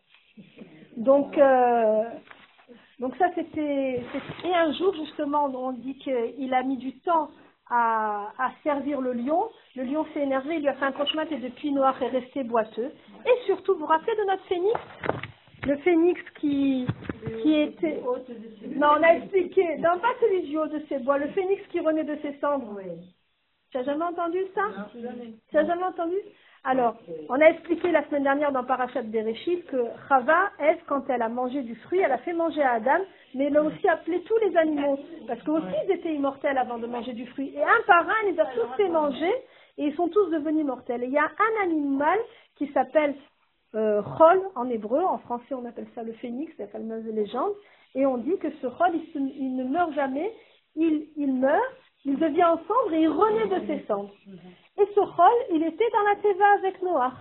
Donc, euh, donc ça, c'était... Et un jour, justement, on dit qu'il a mis du temps à, à servir le lion. Le lion s'est énervé, il lui a fait un cauchemar et depuis, Noach est resté boiteux. Et surtout, vous vous rappelez de notre phénix? Le phénix qui, qui était... Non, on a expliqué. Non, pas celui du haut de ses bois. Le phénix qui renaît de ses cendres. Tu n'as jamais entendu ça? Tu n'as jamais entendu? Alors, on a expliqué la semaine dernière dans Parashat Bereshit que Chava, Ève, quand elle a mangé du fruit, elle a fait manger à Adam, mais elle a aussi appelé tous les animaux. Parce qu'eux aussi, ils étaient immortels avant de manger du fruit. Et un par un, elle les a tous fait manger et ils sont tous devenus mortels. Et il y a un animal qui s'appelle... Euh, Chol en hébreu, en français on appelle ça le phénix, c'est la fameuse légende, et on dit que ce Chol il, se, il ne meurt jamais, il, il meurt, il devient en cendre et il renaît de ses cendres. Et ce Chol, il était dans la Teva avec Noach.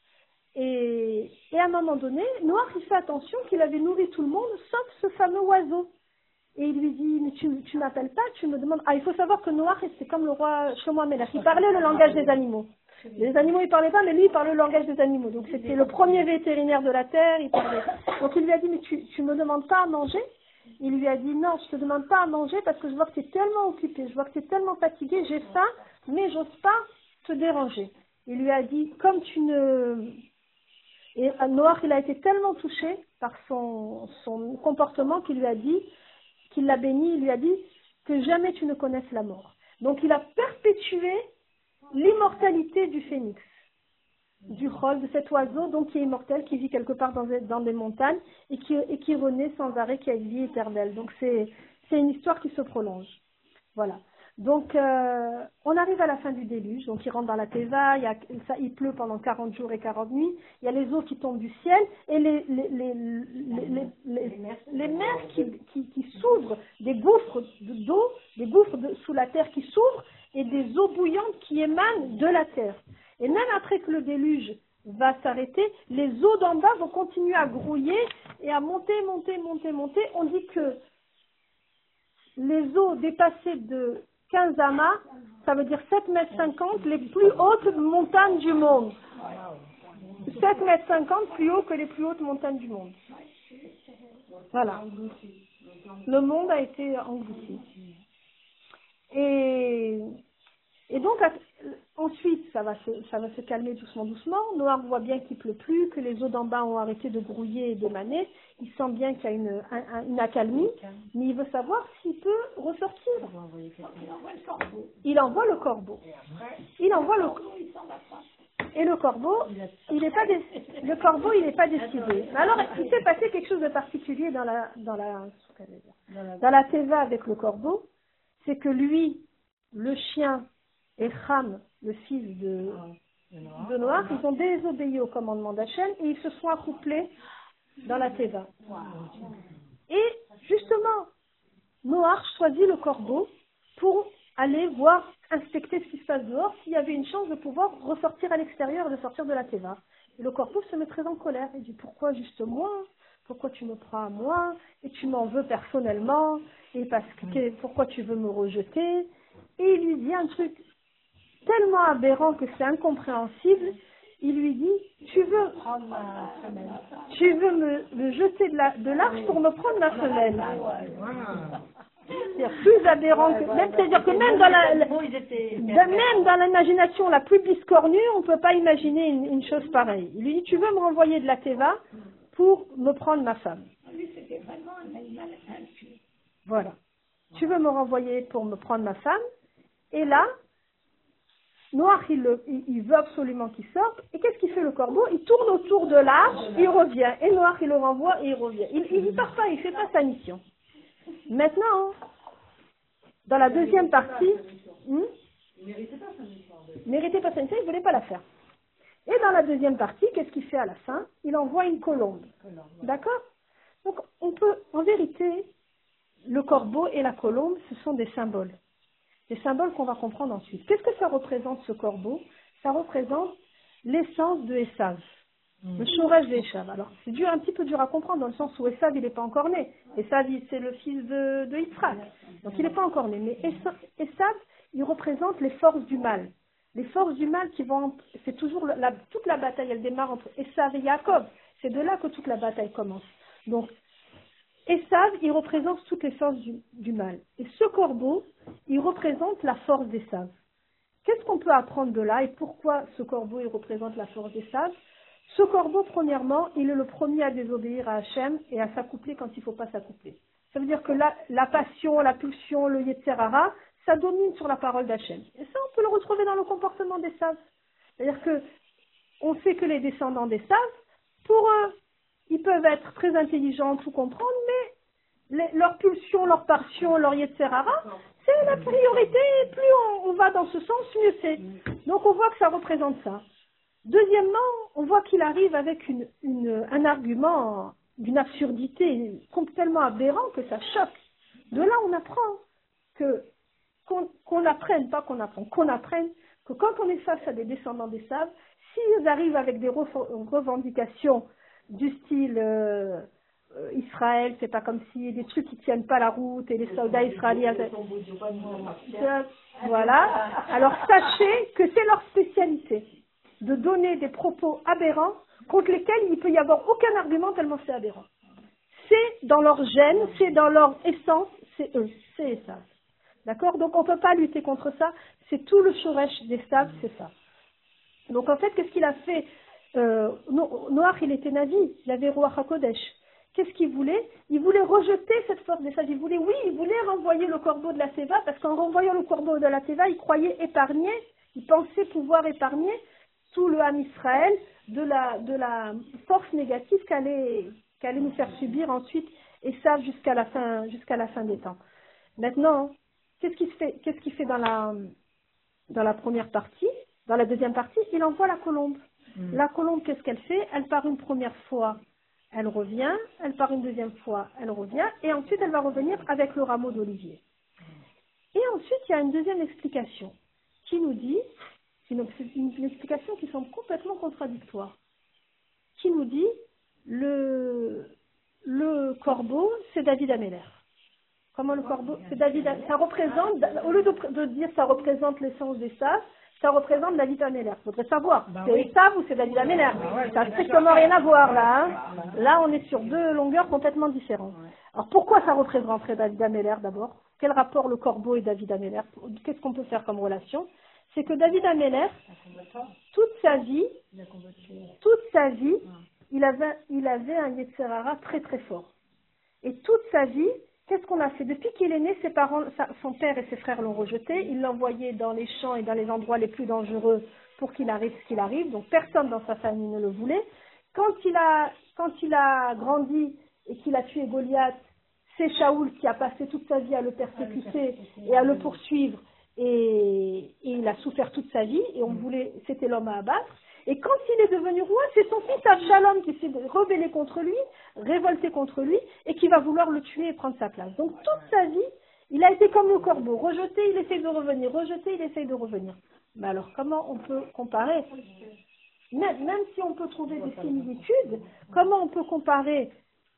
Et, et à un moment donné, Noach il fait attention qu'il avait nourri tout le monde sauf ce fameux oiseau. Et il lui dit, mais tu, tu m'appelles pas, tu me demandes... Ah, il faut savoir que Noach c'est comme le roi Shlomo Amelach, il parlait le langage des animaux. Les animaux, il parlait pas, mais lui, il parlait le langage des animaux. Donc, c'était le premier vétérinaire de la terre, il parlait. Donc, il lui a dit, mais tu, tu me demandes pas à manger? Il lui a dit, non, je te demande pas à manger parce que je vois que tu es tellement occupé, je vois que tu es tellement fatigué, j'ai faim, mais j'ose pas te déranger. Il lui a dit, comme tu ne... Et Noach, il a été tellement touché par son, son comportement qu'il lui a dit, qu'il l'a béni, il lui a dit que jamais tu ne connaisses la mort. Donc, il a perpétué l'immortalité du phénix, du Chol, de cet oiseau donc qui est immortel, qui vit quelque part dans des, dans des montagnes et qui, et qui renaît sans arrêt, qui a une vie éternelle. Donc c'est c'est une histoire qui se prolonge. Voilà. Donc, euh, on arrive à la fin du déluge, donc il rentre dans la Teva, il, y a, ça, il pleut pendant quarante jours et quarante nuits, il y a les eaux qui tombent du ciel, et les, les, les, les, les, les, les mers qui, qui, qui s'ouvrent, des gouffres d'eau, des gouffres de, sous la terre qui s'ouvrent, et des eaux bouillantes qui émanent de la terre. Et même après que le déluge va s'arrêter, les eaux d'en bas vont continuer à grouiller et à monter, monter, monter, monter. On dit que les eaux dépassées de quinze amas, ça veut dire sept mètres cinquante, les plus hautes montagnes du monde. sept mètres cinquante plus haut que les plus hautes montagnes du monde. Voilà. Le monde a été englouti. Et, et donc, ensuite, ça va, se, ça va se calmer doucement, doucement. Noir voit bien qu'il ne pleut plus, que les eaux d'en bas ont arrêté de grouiller et d'émaner. Il sent bien qu'il y a une, un, une accalmie, mais il veut savoir s'il peut ressortir. Il envoie le corbeau. Il envoie le corbeau. Et le corbeau, il n'est pas dé... le corbeau, il n'est pas décidé. Alors, il s'est passé quelque chose de particulier dans la, dans la, dans la Teva avec le corbeau, c'est que lui, le chien, et Ham, le fils de, de Noach, ils ont désobéi au commandement d'Hachem et ils se sont accouplés dans la Teva. Et justement, Noach choisit le corbeau pour aller voir, inspecter ce qui se passe dehors, s'il y avait une chance de pouvoir ressortir à l'extérieur et de sortir de la Teva. Et le corbeau se met très en colère. Il dit, pourquoi juste moi? Pourquoi tu me prends à moi? Et tu m'en veux personnellement? Et parce que, pourquoi tu veux me rejeter? Et il lui dit un truc tellement aberrant que c'est incompréhensible. Il lui dit, tu veux, tu veux me, me jeter de la, de l'arche pour me prendre ma femelle. C'est plus aberrant que, même, c'est-à-dire que même dans la, la même dans l'imagination la plus biscornue, on ne peut pas imaginer une, une chose pareille. Il lui dit, tu veux me renvoyer de la Teva pour me prendre ma femme. Voilà. Tu veux me renvoyer pour me prendre ma femme. Et là, Noach, il, le, il, il veut absolument qu'il sorte. Et qu'est-ce qu'il fait le corbeau? Il tourne autour de l'arche, il revient. Et Noach, il le renvoie et il revient. Il ne part pas, il ne fait pas sa mission. Maintenant, dans la deuxième partie, hmm, il ne méritait pas sa mission, il ne voulait pas la faire. Et dans la deuxième partie, qu'est-ce qu'il fait à la fin? Il envoie une colombe. D'accord? Donc, on peut, en vérité, le corbeau et la colombe, ce sont des symboles. Des symboles qu'on va comprendre ensuite. Qu'est-ce que ça représente, ce corbeau? Ça représente l'essence de Esav, mmh. le shoresh de Esav. Alors, c'est dur, un petit peu dur à comprendre, dans le sens où Esav, il n'est pas encore né. Esav, c'est le fils de, de Yitzhak. Donc, il n'est pas encore né. Mais Esav, il représente les forces du mal. Les forces du mal qui vont... C'est toujours... La, toute la bataille, elle démarre entre Esav et Yaakov. C'est de là que toute la bataille commence. Donc, Esav, il représente toutes les forces du, du mal. Et ce corbeau, il représente la force d'Esav. Qu'est-ce qu'on peut apprendre de là et pourquoi ce corbeau, il représente la force d'Esav? Ce corbeau, premièrement, il est le premier à désobéir à Hachem et à s'accoupler quand il ne faut pas s'accoupler. Ça veut dire que la, la passion, la pulsion, le Yetzer Hara, ça domine sur la parole d'Hachem. Et ça, on peut le retrouver dans le comportement d'Esav. C'est-à-dire que on sait que les descendants d'Esav, pour eux, ils peuvent être très intelligents, tout comprendre, mais les, leur pulsion, leur passion, leur Yetzer Hara, c'est la priorité. Plus on, on va dans ce sens, mieux c'est. Donc on voit que ça représente ça. Deuxièmement, on voit qu'il arrive avec une, une, un argument d'une absurdité tellement aberrant que ça choque. De là, on apprend que qu'on qu'on apprenne, pas qu'on apprend, qu'on apprenne que quand on est face à des descendants d'Esav, s'ils arrivent avec des revendications du style euh, euh, Israël, c'est pas comme si des trucs qui tiennent pas la route et les soldats israéliens. Euh, voilà. Alors sachez que c'est leur spécialité de donner des propos aberrants contre lesquels il ne peut y avoir aucun argument tellement c'est aberrant. C'est dans leur gène, c'est dans leur essence, c'est eux, c'est Esav. D'accord? Donc on ne peut pas lutter contre ça, c'est tout le shoresh d'Esav, c'est ça. Donc en fait, qu'est-ce qu'il a fait? Euh, Noach, il était navi, il avait Ruach HaKodesh. Qu'est-ce qu'il voulait? Il voulait rejeter cette force d'Esav. Il voulait, oui, il voulait renvoyer le corbeau de la Teva, parce qu'en renvoyant le corbeau de la Teva, il croyait épargner, il pensait pouvoir épargner tout le Ham Israël de la, de la force négative qu'allait, qu'allait nous faire subir ensuite Esav jusqu'à la fin, jusqu'à la fin des temps. Maintenant, qu'est-ce qu'il fait, qu'est-ce qu'il fait dans la, dans la première partie? Dans la deuxième partie, il envoie la colombe. Mmh. La colombe, qu'est-ce qu'elle fait? Elle part une première fois, elle revient, elle part une deuxième fois, elle revient, et ensuite elle va revenir avec le rameau d'olivier. Et ensuite, il y a une deuxième explication qui nous dit, une, une explication qui semble complètement contradictoire, qui nous dit, le, le corbeau, c'est David Améler. Comment le corbeau? C'est David, ça représente, au lieu de, de dire ça représente l'essence des sages, ça représente David Améler. Il faudrait savoir, bah c'est oui. Esav ou c'est David Améler. Bah ouais, ça n'a strictement rien à voir là. Hein. Bah là, on est sur deux longueurs complètement différentes. Ouais. Alors pourquoi ça représenterait David Améler d'abord? Quel rapport le corbeau et David Améler? Qu'est-ce qu'on peut faire comme relation? C'est que David Améler, toute sa vie, toute sa vie, il avait, il avait un Yetzer Hara très très fort. Et toute sa vie, qu'est-ce qu'on a fait? Depuis qu'il est né, ses parents, sa, son père et ses frères l'ont rejeté. Ils l'envoyaient dans les champs et dans les endroits les plus dangereux pour qu'il arrive ce qu'il arrive. Donc personne dans sa famille ne le voulait. Quand il a, quand il a grandi et qu'il a tué Goliath, c'est Shaoul qui a passé toute sa vie à le persécuter et à le poursuivre. Et, et il a souffert toute sa vie. Et on voulait, c'était l'homme à abattre. Et quand il est devenu roi, c'est son fils Absalom qui s'est rebellé contre lui, révolté contre lui, et qui va vouloir le tuer et prendre sa place. Donc toute sa vie, il a été comme le corbeau, rejeté, il essaye de revenir, rejeté, il essaye de revenir. Mais alors comment on peut comparer? Même, même si on peut trouver des similitudes, comment on peut comparer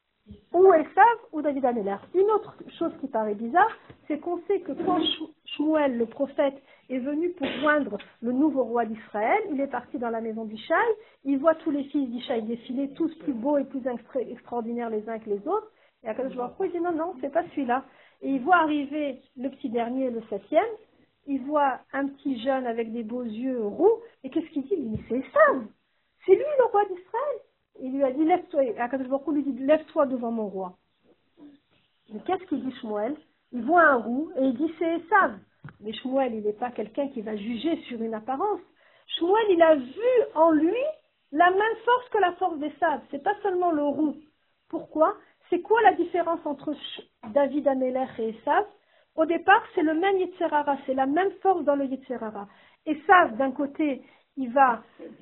ou Esav ou David Améler? Une autre chose qui paraît bizarre, c'est qu'on sait que quand Shmuel, le prophète, est venu pour joindre le nouveau roi d'Israël, il est parti dans la maison d'Ishaï, il voit tous les fils d'Ishaï défiler, tous plus beaux et plus extraordinaires les uns que les autres, et à Kadosh Baruch Hu, il dit non, non, c'est pas celui-là. Et il voit arriver le petit dernier, le septième, il voit un petit jeune avec des beaux yeux roux, et qu'est-ce qu'il dit? Il dit, c'est Esav, c'est lui le roi d'Israël. Il lui a dit, lève-toi, et Akadosh Baruch Hu lui dit, lève-toi devant mon roi. Mais qu'est-ce qu'il dit Shmuel? Il voit un roux, et il dit, c'est Esav. Mais Shmuel, il n'est pas quelqu'un qui va juger sur une apparence. Shmuel, il a vu en lui la même force que la force d'Esav. C'est pas seulement le roux. Pourquoi? C'est quoi la différence entre David Améler et Esav? Au départ, c'est le même Yetzer Hara, c'est la même force dans le Yetzer Hara. Esav, d'un côté, il va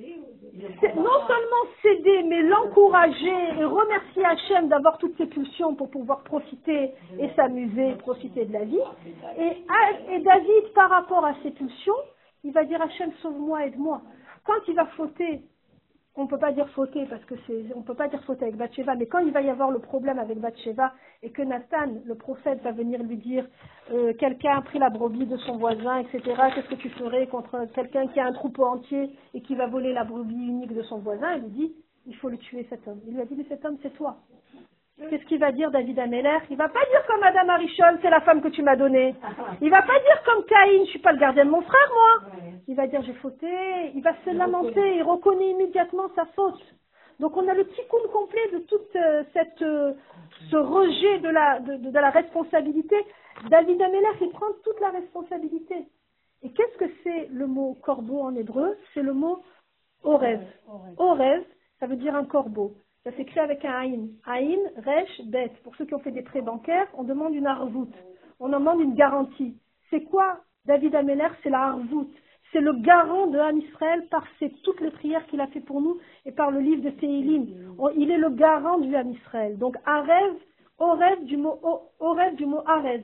non seulement céder, mais l'encourager et remercier Hachem d'avoir toutes ces pulsions pour pouvoir profiter et s'amuser, profiter de la vie. Et, et David, par rapport à ces pulsions, il va dire Hachem, sauve-moi, aide-moi. Quand il va fauter, on ne peut pas dire fauter parce que c'est, on ne peut pas dire fauter avec Bathsheba, mais quand il va y avoir le problème avec Bathsheba et que Nathan, le prophète, va venir lui dire euh, quelqu'un a pris la brebis de son voisin, et cetera. Qu'est-ce que tu ferais contre quelqu'un qui a un troupeau entier et qui va voler la brebis unique de son voisin? Il lui dit il faut le tuer cet homme. Il lui a dit mais cet homme c'est toi. Qu'est-ce qu'il va dire David Améler? Il va pas dire comme Madame Arichol, c'est la femme que tu m'as donnée. Il va pas dire comme Caïn, je suis pas le gardien de mon frère moi. Il va dire j'ai fauté, il va se lamenter, il reconnaît immédiatement sa faute. Donc on a le tikkun complet de toute euh, cette euh, ce rejet de la de, de, de la responsabilité. David Améler, il prend toute la responsabilité. Et qu'est-ce que c'est le mot corbeau en hébreu? C'est le mot orez. Orez, ça veut dire un corbeau. Ça s'écrit avec un Aïn. Aïn, Resh, Bet. Pour ceux qui ont fait des prêts bancaires, on demande une arvout. On demande une garantie. C'est quoi David Améler? C'est la arvout. C'est le garant de Ham Israël par ses, toutes les prières qu'il a fait pour nous et par le livre de Téhilim. Il est le garant du Ham Israël. Donc, Arez, Orez du mot, Orez du mot Arez.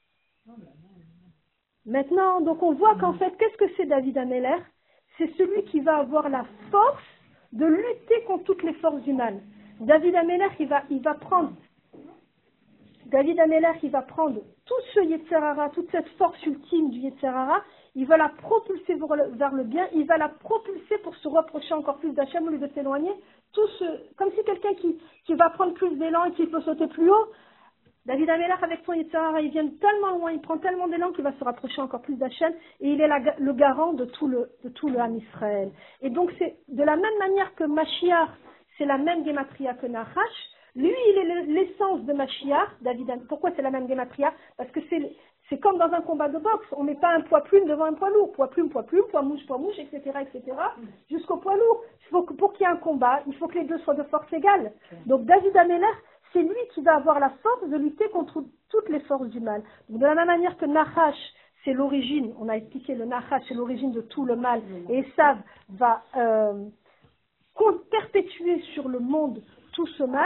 Maintenant, donc on voit qu'en fait, qu'est-ce que c'est David Améler? C'est celui qui va avoir la force de lutter contre toutes les forces du mal. David Améler, il va, il va prendre, David Améler, il va prendre tout ce Yetzer Hara, toute cette force ultime du Yetzer Hara, il va la propulser vers le, vers le bien, il va la propulser pour se reprocher encore plus d'Hachem au lieu de s'éloigner, tout ce, comme si quelqu'un qui, qui va prendre plus d'élan et qui peut sauter plus haut. David Améler, avec son Yetzer Hara, il vient tellement loin, il prend tellement d'élan qu'il va se rapprocher encore plus d'Hachem et il est la, le garant de tout le, de tout le Ham Israël. Et donc c'est de la même manière que Mashiach, c'est la même gématria que Nahash, lui il est l'essence de Mashiach, David Améler. Pourquoi c'est la même gématria? Parce que c'est, c'est comme dans un combat de boxe, on ne met pas un poids plume devant un poids lourd, poids plume, poids plume, poids mouche, poids mouche, et cetera, et cetera, jusqu'au poids lourd. Il faut que, pour qu'il y ait un combat, il faut que les deux soient de force égale. Donc David Améler, c'est lui qui va avoir la force de lutter contre toutes les forces du mal. Donc, de la même manière que Nachash, c'est l'origine, on a expliqué le Nachash, c'est l'origine de tout le mal, et Esav va euh, perpétuer sur le monde tout ce mal.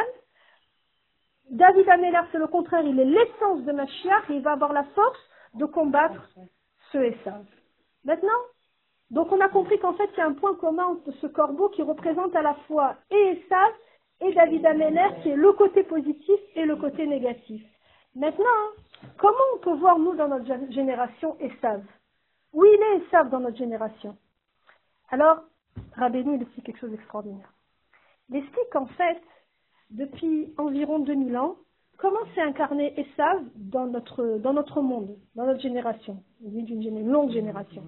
David Améler, c'est le contraire, il est l'essence de Mashiach, et il va avoir la force de combattre ce Esav. Maintenant, donc on a compris qu'en fait, il y a un point commun entre ce corbeau qui représente à la fois et Esav et David Améler, qui est le côté positif et le côté négatif. Maintenant, comment on peut voir, nous, dans notre génération, Esav? Où il est Esav dans notre génération? Alors, Rabbeinu, il explique quelque chose d'extraordinaire. Il explique qu'en fait, depuis environ deux mille ans, comment s'est incarné Esav dans notre, dans notre monde, dans notre génération, d'une longue génération.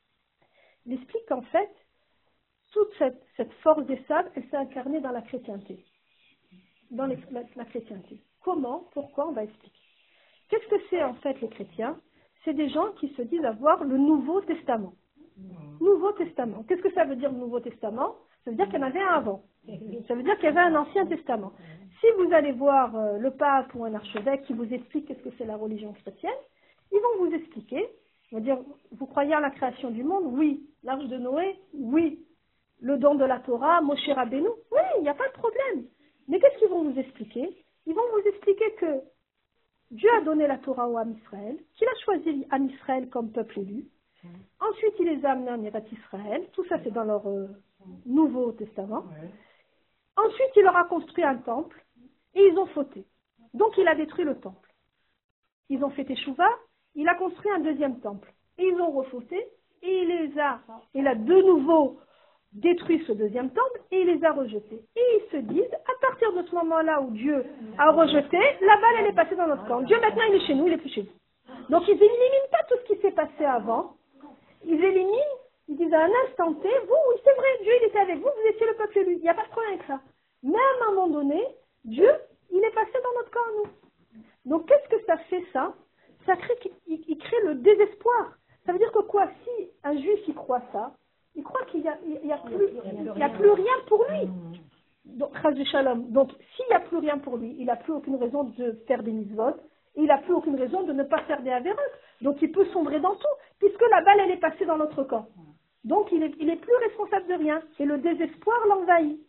Il explique qu'en fait, toute cette, cette force d'Esav, elle s'est incarnée dans la chrétienté. Dans les, la, la chrétienté. Comment? Pourquoi? On va expliquer. Qu'est-ce que c'est en fait les chrétiens? C'est des gens qui se disent avoir le Nouveau Testament. Nouveau Testament. Qu'est-ce que ça veut dire le Nouveau Testament? Ça veut dire qu'il y en avait un avant. Ça veut dire qu'il y avait un Ancien Testament. Si vous allez voir euh, le pape ou un archevêque qui vous explique qu'est-ce que c'est la religion chrétienne, ils vont vous expliquer, ils vont dire, vous croyez à la création du monde? Oui. L'arche de Noé? Oui. Le don de la Torah, Moshe Rabbeinu? Oui, il n'y a pas de problème. Mais qu'est-ce qu'ils vont vous expliquer? Ils vont vous expliquer que Dieu a donné la Torah au Ham Israël, qu'il a choisi Ham Israël comme peuple élu. Ensuite, il les a amenés en Eretz Israël. Tout ça, c'est dans leur euh, Nouveau Testament. Ensuite, il leur a construit un temple et ils ont fauté. Donc, il a détruit le temple. Ils ont fait Teshuvah, il a construit un deuxième temple. Et ils ont refauté et il les a, il a de nouveau détruit ce deuxième temple et il les a rejetés. Et ils se disent, à partir de ce moment-là où Dieu a rejeté, la balle elle est passée dans notre camp. Dieu maintenant il est chez nous, il est plus chez vous. Donc ils n'éliminent pas tout ce qui s'est passé avant. Ils éliminent, ils disent à un instant T, vous, oui c'est vrai, Dieu il était avec vous, vous étiez le peuple élu. Il n'y a pas de problème avec ça. Mais à un moment donné, Dieu, il est passé dans notre camp à nous. Donc qu'est-ce que ça fait ça? Ça crée, il, il crée le désespoir. Ça veut dire que quoi, si un juif y croit ça, il croit qu'il n'y a, il y a, plus, il y a plus rien pour lui. Donc, donc s'il n'y a plus rien pour lui, il n'a plus aucune raison de faire des mitzvot, et il n'a plus aucune raison de ne pas faire des avérotes. Donc il peut sombrer dans tout, puisque la balle elle est passée dans notre camp. Donc il est, il est plus responsable de rien, et le désespoir l'envahit.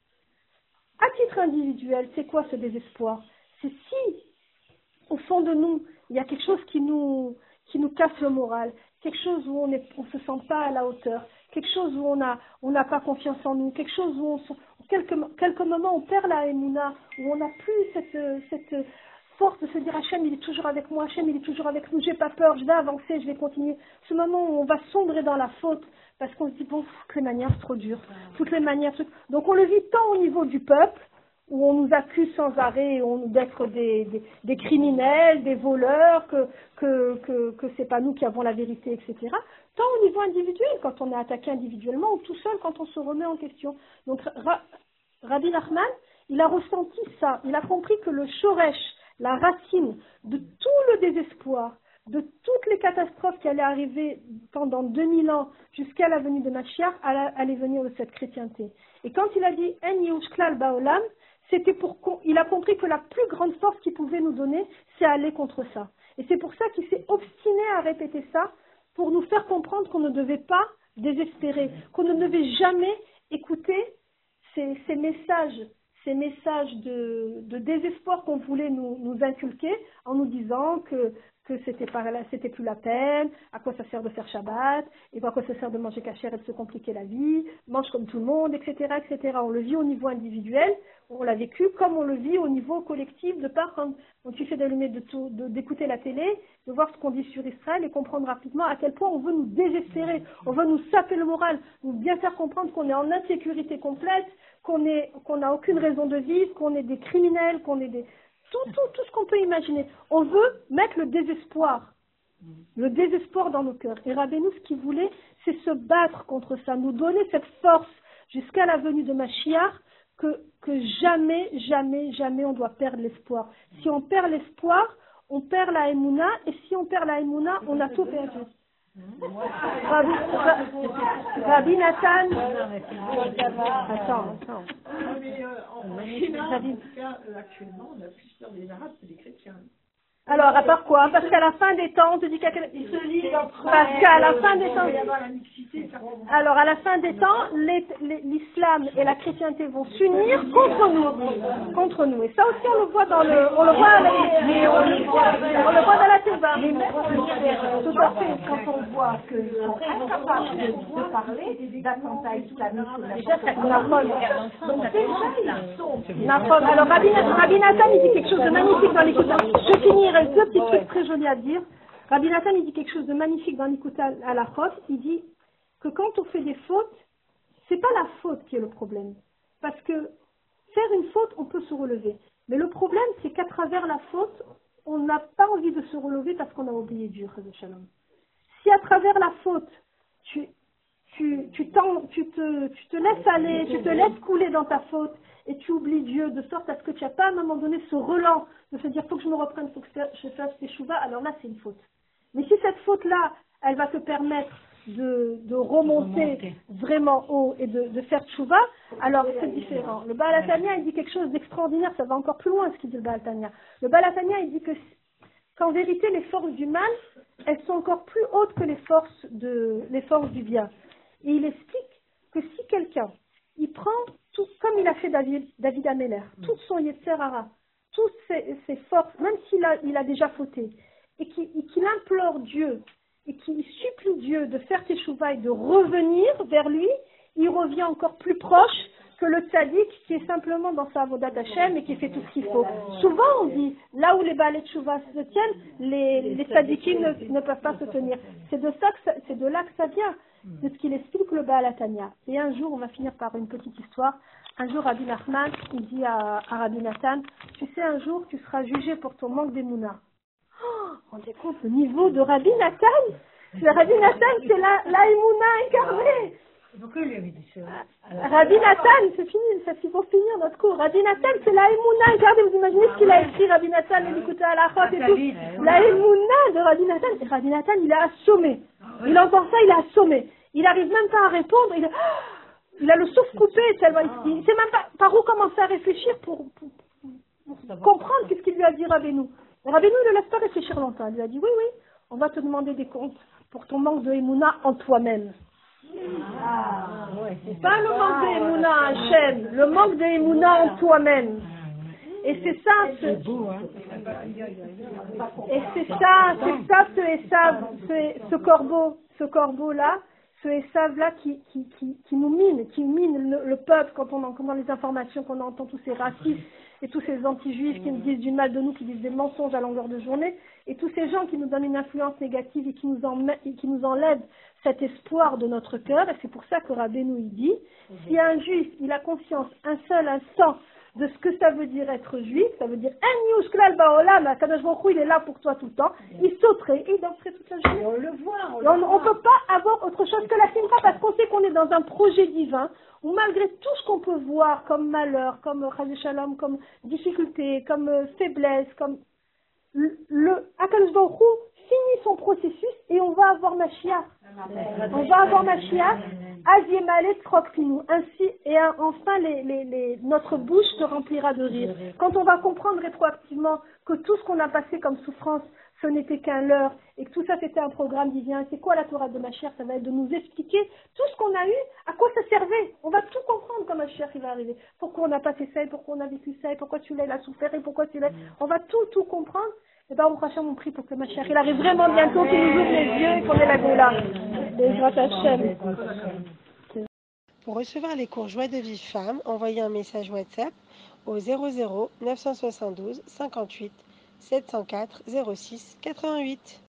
À titre individuel, c'est quoi ce désespoir? C'est si, au fond de nous, il y a quelque chose qui nous, qui nous casse le moral, quelque chose où on ne on se sent pas à la hauteur, quelque chose où on a, on n'a pas confiance en nous, quelque chose où, on, quelques, quelques moments, on perd la émouna, où on n'a plus cette, cette force de se dire Hachem, il est toujours avec moi, Hachem, il est toujours avec nous, j'ai pas peur, je vais avancer, je vais continuer. Ce moment où on va sombrer dans la faute, parce qu'on se dit, bon, toutes les manières, c'est trop dur, toutes les manières, truc. Donc on le vit tant au niveau du peuple, où on nous accuse sans arrêt d'être des, des, des criminels, des voleurs, que, que, que, que c'est pas nous qui avons la vérité, et cetera. Tant au niveau individuel, quand on est attaqué individuellement, ou tout seul quand on se remet en question. Donc Ra, Rabbi Nachman, il a ressenti ça, il a compris que le shoresh, la racine de tout le désespoir, de toutes les catastrophes qui allaient arriver pendant deux mille ans jusqu'à la venue de Mashiach, allait venir de cette chrétienté. Et quand il a dit « En Yehush Klal Baolam », c'était pour il a compris que la plus grande force qu'il pouvait nous donner, c'est aller contre ça. Et c'est pour ça qu'il s'est obstiné à répéter ça, pour nous faire comprendre qu'on ne devait pas désespérer, qu'on ne devait jamais écouter ces, ces messages, ces messages de, de désespoir qu'on voulait nous, nous inculquer en nous disant que que c'était pas là, c'était plus la peine, à quoi ça sert de faire Shabbat, et à quoi ça sert de manger cachère et de se compliquer la vie, mange comme tout le monde, et cetera, et cetera. On le vit au niveau individuel, on l'a vécu comme on le vit au niveau collectif, de part quand, quand tu fais d'allumer de tout, de, d'écouter la télé, de voir ce qu'on dit sur Israël et comprendre rapidement à quel point on veut nous désespérer, on veut nous saper le moral, nous bien faire comprendre qu'on est en insécurité complète, qu'on est, qu'on n'a aucune raison de vivre, qu'on est des criminels, qu'on est des Tout, tout, tout ce qu'on peut imaginer. On veut mettre le désespoir, le désespoir dans nos cœurs. Et Rabbeinu, ce qu'il voulait, c'est se battre contre ça, nous donner cette force jusqu'à la venue de Mashiach, que, que jamais, jamais, jamais on doit perdre l'espoir. Si on perd l'espoir, on perd la Emouna, et si on perd la Emouna, on a tout perdu. Rabbi, Ra- Rabbi Nathan. Attends, attends. Mais euh, en, en Chine, en tout cas, euh, actuellement, on a plus peur des Arabes que des chrétiens. Alors, à part quoi? Parce qu'à la fin des temps, on te dit qu'à quel- Ils se lient entre Parce qu'à la fin des temps, il va y avoir la mixité, ça. alors à la fin des temps, les- les- l'islam et la chrétienté vont s'unir contre nous, contre nous. Et ça aussi, on le voit dans le, on le voit, à la- on le voit, on le voit dans la Teva. Tout à fait. Quand on voit qu'ils sont incapables de, de parler d'attentats islamiques, déjà ça commence. Donc déjà ils sont. Nahon. Alors Rabbi, Rabbi Nathan, il dit quelque chose de magnifique dans l'écoute. Je finirai avec deux petits trucs très jolis à dire. Rabbi Nathan, il dit quelque chose de magnifique dans l'écoute à, à la faute. Il dit que quand on fait des fautes, c'est pas la faute qui est le problème. Parce que faire une faute, on peut se relever. Mais le problème, c'est qu'à travers la faute, on n'a pas envie de se relever parce qu'on a oublié Dieu, Chazé Shalom. Si à travers la faute, tu, tu, tu, t'en- tu, te, tu te laisses aller, tu te laisses couler dans ta faute, et tu oublies Dieu, de sorte à ce que tu n'as pas à un moment donné ce relan de se dire, faut que je me reprenne, faut que je fasse teshuva, alors là c'est une faute. Mais si cette faute-là, elle va te permettre de, de remonter vraiment haut et de, de faire teshuva, alors c'est différent. Le Baal Hatanya, il dit quelque chose d'extraordinaire, ça va encore plus loin ce qu'il dit le Baal Hatanya. Le Baal Hatanya, il dit que qu'en vérité, les forces du mal, elles sont encore plus hautes que les forces, de, les forces du bien. Et il explique que si quelqu'un, il prend tout, comme il a fait David, David Ameller, tout son Yetzer Hara, toutes ses, ses forces, même s'il a, il a déjà fauté, et qu'il, et qu'il implore Dieu, et qu'il supplie Dieu de faire teshuva et de revenir vers lui, il revient encore plus proche que le tzaddik qui est simplement dans sa avodat Hashem et qui fait tout ce qu'il faut. Souvent on dit, là où les balais de teshuva se tiennent, les, les tzaddikim ne, ne peuvent pas se tenir. C'est de, ça que ça, c'est de là que ça vient, de ce qu'il explique le Baal Hatanya. Et un jour, on va finir par une petite histoire. Un jour, Rabbi Nachman, il dit à, à Rabbi Nathan, tu sais, un jour, tu seras jugé pour ton manque d'émouna. Oh, on rendez compte le niveau de Rabbi Nathan? Le Rabbi Nathan, c'est la, la émouna incarnée. Pourquoi il lui avait dit ça? Rabbi Nathan, c'est fini, ça il faut finir notre cours. Rabbi Nathan, c'est la émouna incarnée. Vous imaginez ce qu'il a écrit, Rabbi Nathan, l'écouter à la route et tout. La émouna de Rabbi Nathan. Et Rabbi Nathan, il a assommé. Il entend ça, il a assommé. Il n'arrive même pas à répondre. Il a, il a le souffle coupé tellement il ne sait même pas par où commencer à réfléchir pour, pour, pour comprendre ce qu'il lui a dit Rabbeinu. Et Rabbeinu ne le laisse pas réfléchir longtemps. Il lui a dit, oui, oui, on va te demander des comptes pour ton manque de émouna en toi-même. Ah, ouais, c'est Pas le manque de émouna en Hachem, le manque de émouna en toi-même. Et c'est ça, ce... et c'est ça, c'est ça ce Esav, ce, ce corbeau, ce corbeau-là, ce Esav-là qui, qui, qui, qui nous mine, qui mine le, le peuple quand on entend les informations, qu'on entend tous ces racistes et tous ces anti-juifs qui nous disent du mal de nous, qui disent des mensonges à longueur de journée, et tous ces gens qui nous donnent une influence négative et qui nous, en, et qui nous enlèvent cet espoir de notre cœur. Et c'est pour ça que Rabbeinu il dit, si un juif, il a conscience un seul instant de ce que ça veut dire être juif, ça veut dire un yushklal baolam, Kadosh Baruch Hu, il est là pour toi tout le temps, il sauterait et il danserait toute la journée. on le voit. On ne peut pas avoir autre chose que la simcha parce qu'on sait qu'on est dans un projet divin où malgré tout ce qu'on peut voir comme malheur, comme Chazé Shalom, comme difficulté, comme euh, faiblesse, comme le, le Akadosh Baruch Hu finit son processus et on va avoir Mashiach. On va avoir Mashiach, Aziemalet Krokpinu. Ainsi, et un- enfin, les, les, les, notre bouche se remplira de rire. Quand on va comprendre rétroactivement que tout ce qu'on a passé comme souffrance, ce n'était qu'un leurre, et que tout ça c'était un programme divin, c'est quoi la Torah de Mashiach? Ça va être de nous expliquer tout ce qu'on a eu, à quoi ça servait. On va tout comprendre quand Mashiach il va arriver. Pourquoi on n'a pas fait ça, et pourquoi on a vécu ça, et pourquoi tu l'as, il a souffert, et pourquoi tu l'as. On va tout, tout comprendre. Et ben, au Hachem, on prie pour que Mashiach il arrive vraiment bientôt, qu'il nous ouvre les yeux et qu'on ait la Goula. Et grâce à Hachem. Pour recevoir les cours Joie de Vive Femme, envoyez un message WhatsApp au zéro zéro neuf cent soixante-douze cinquante-huit sept cent quatre zéro six quatre-vingt-huit.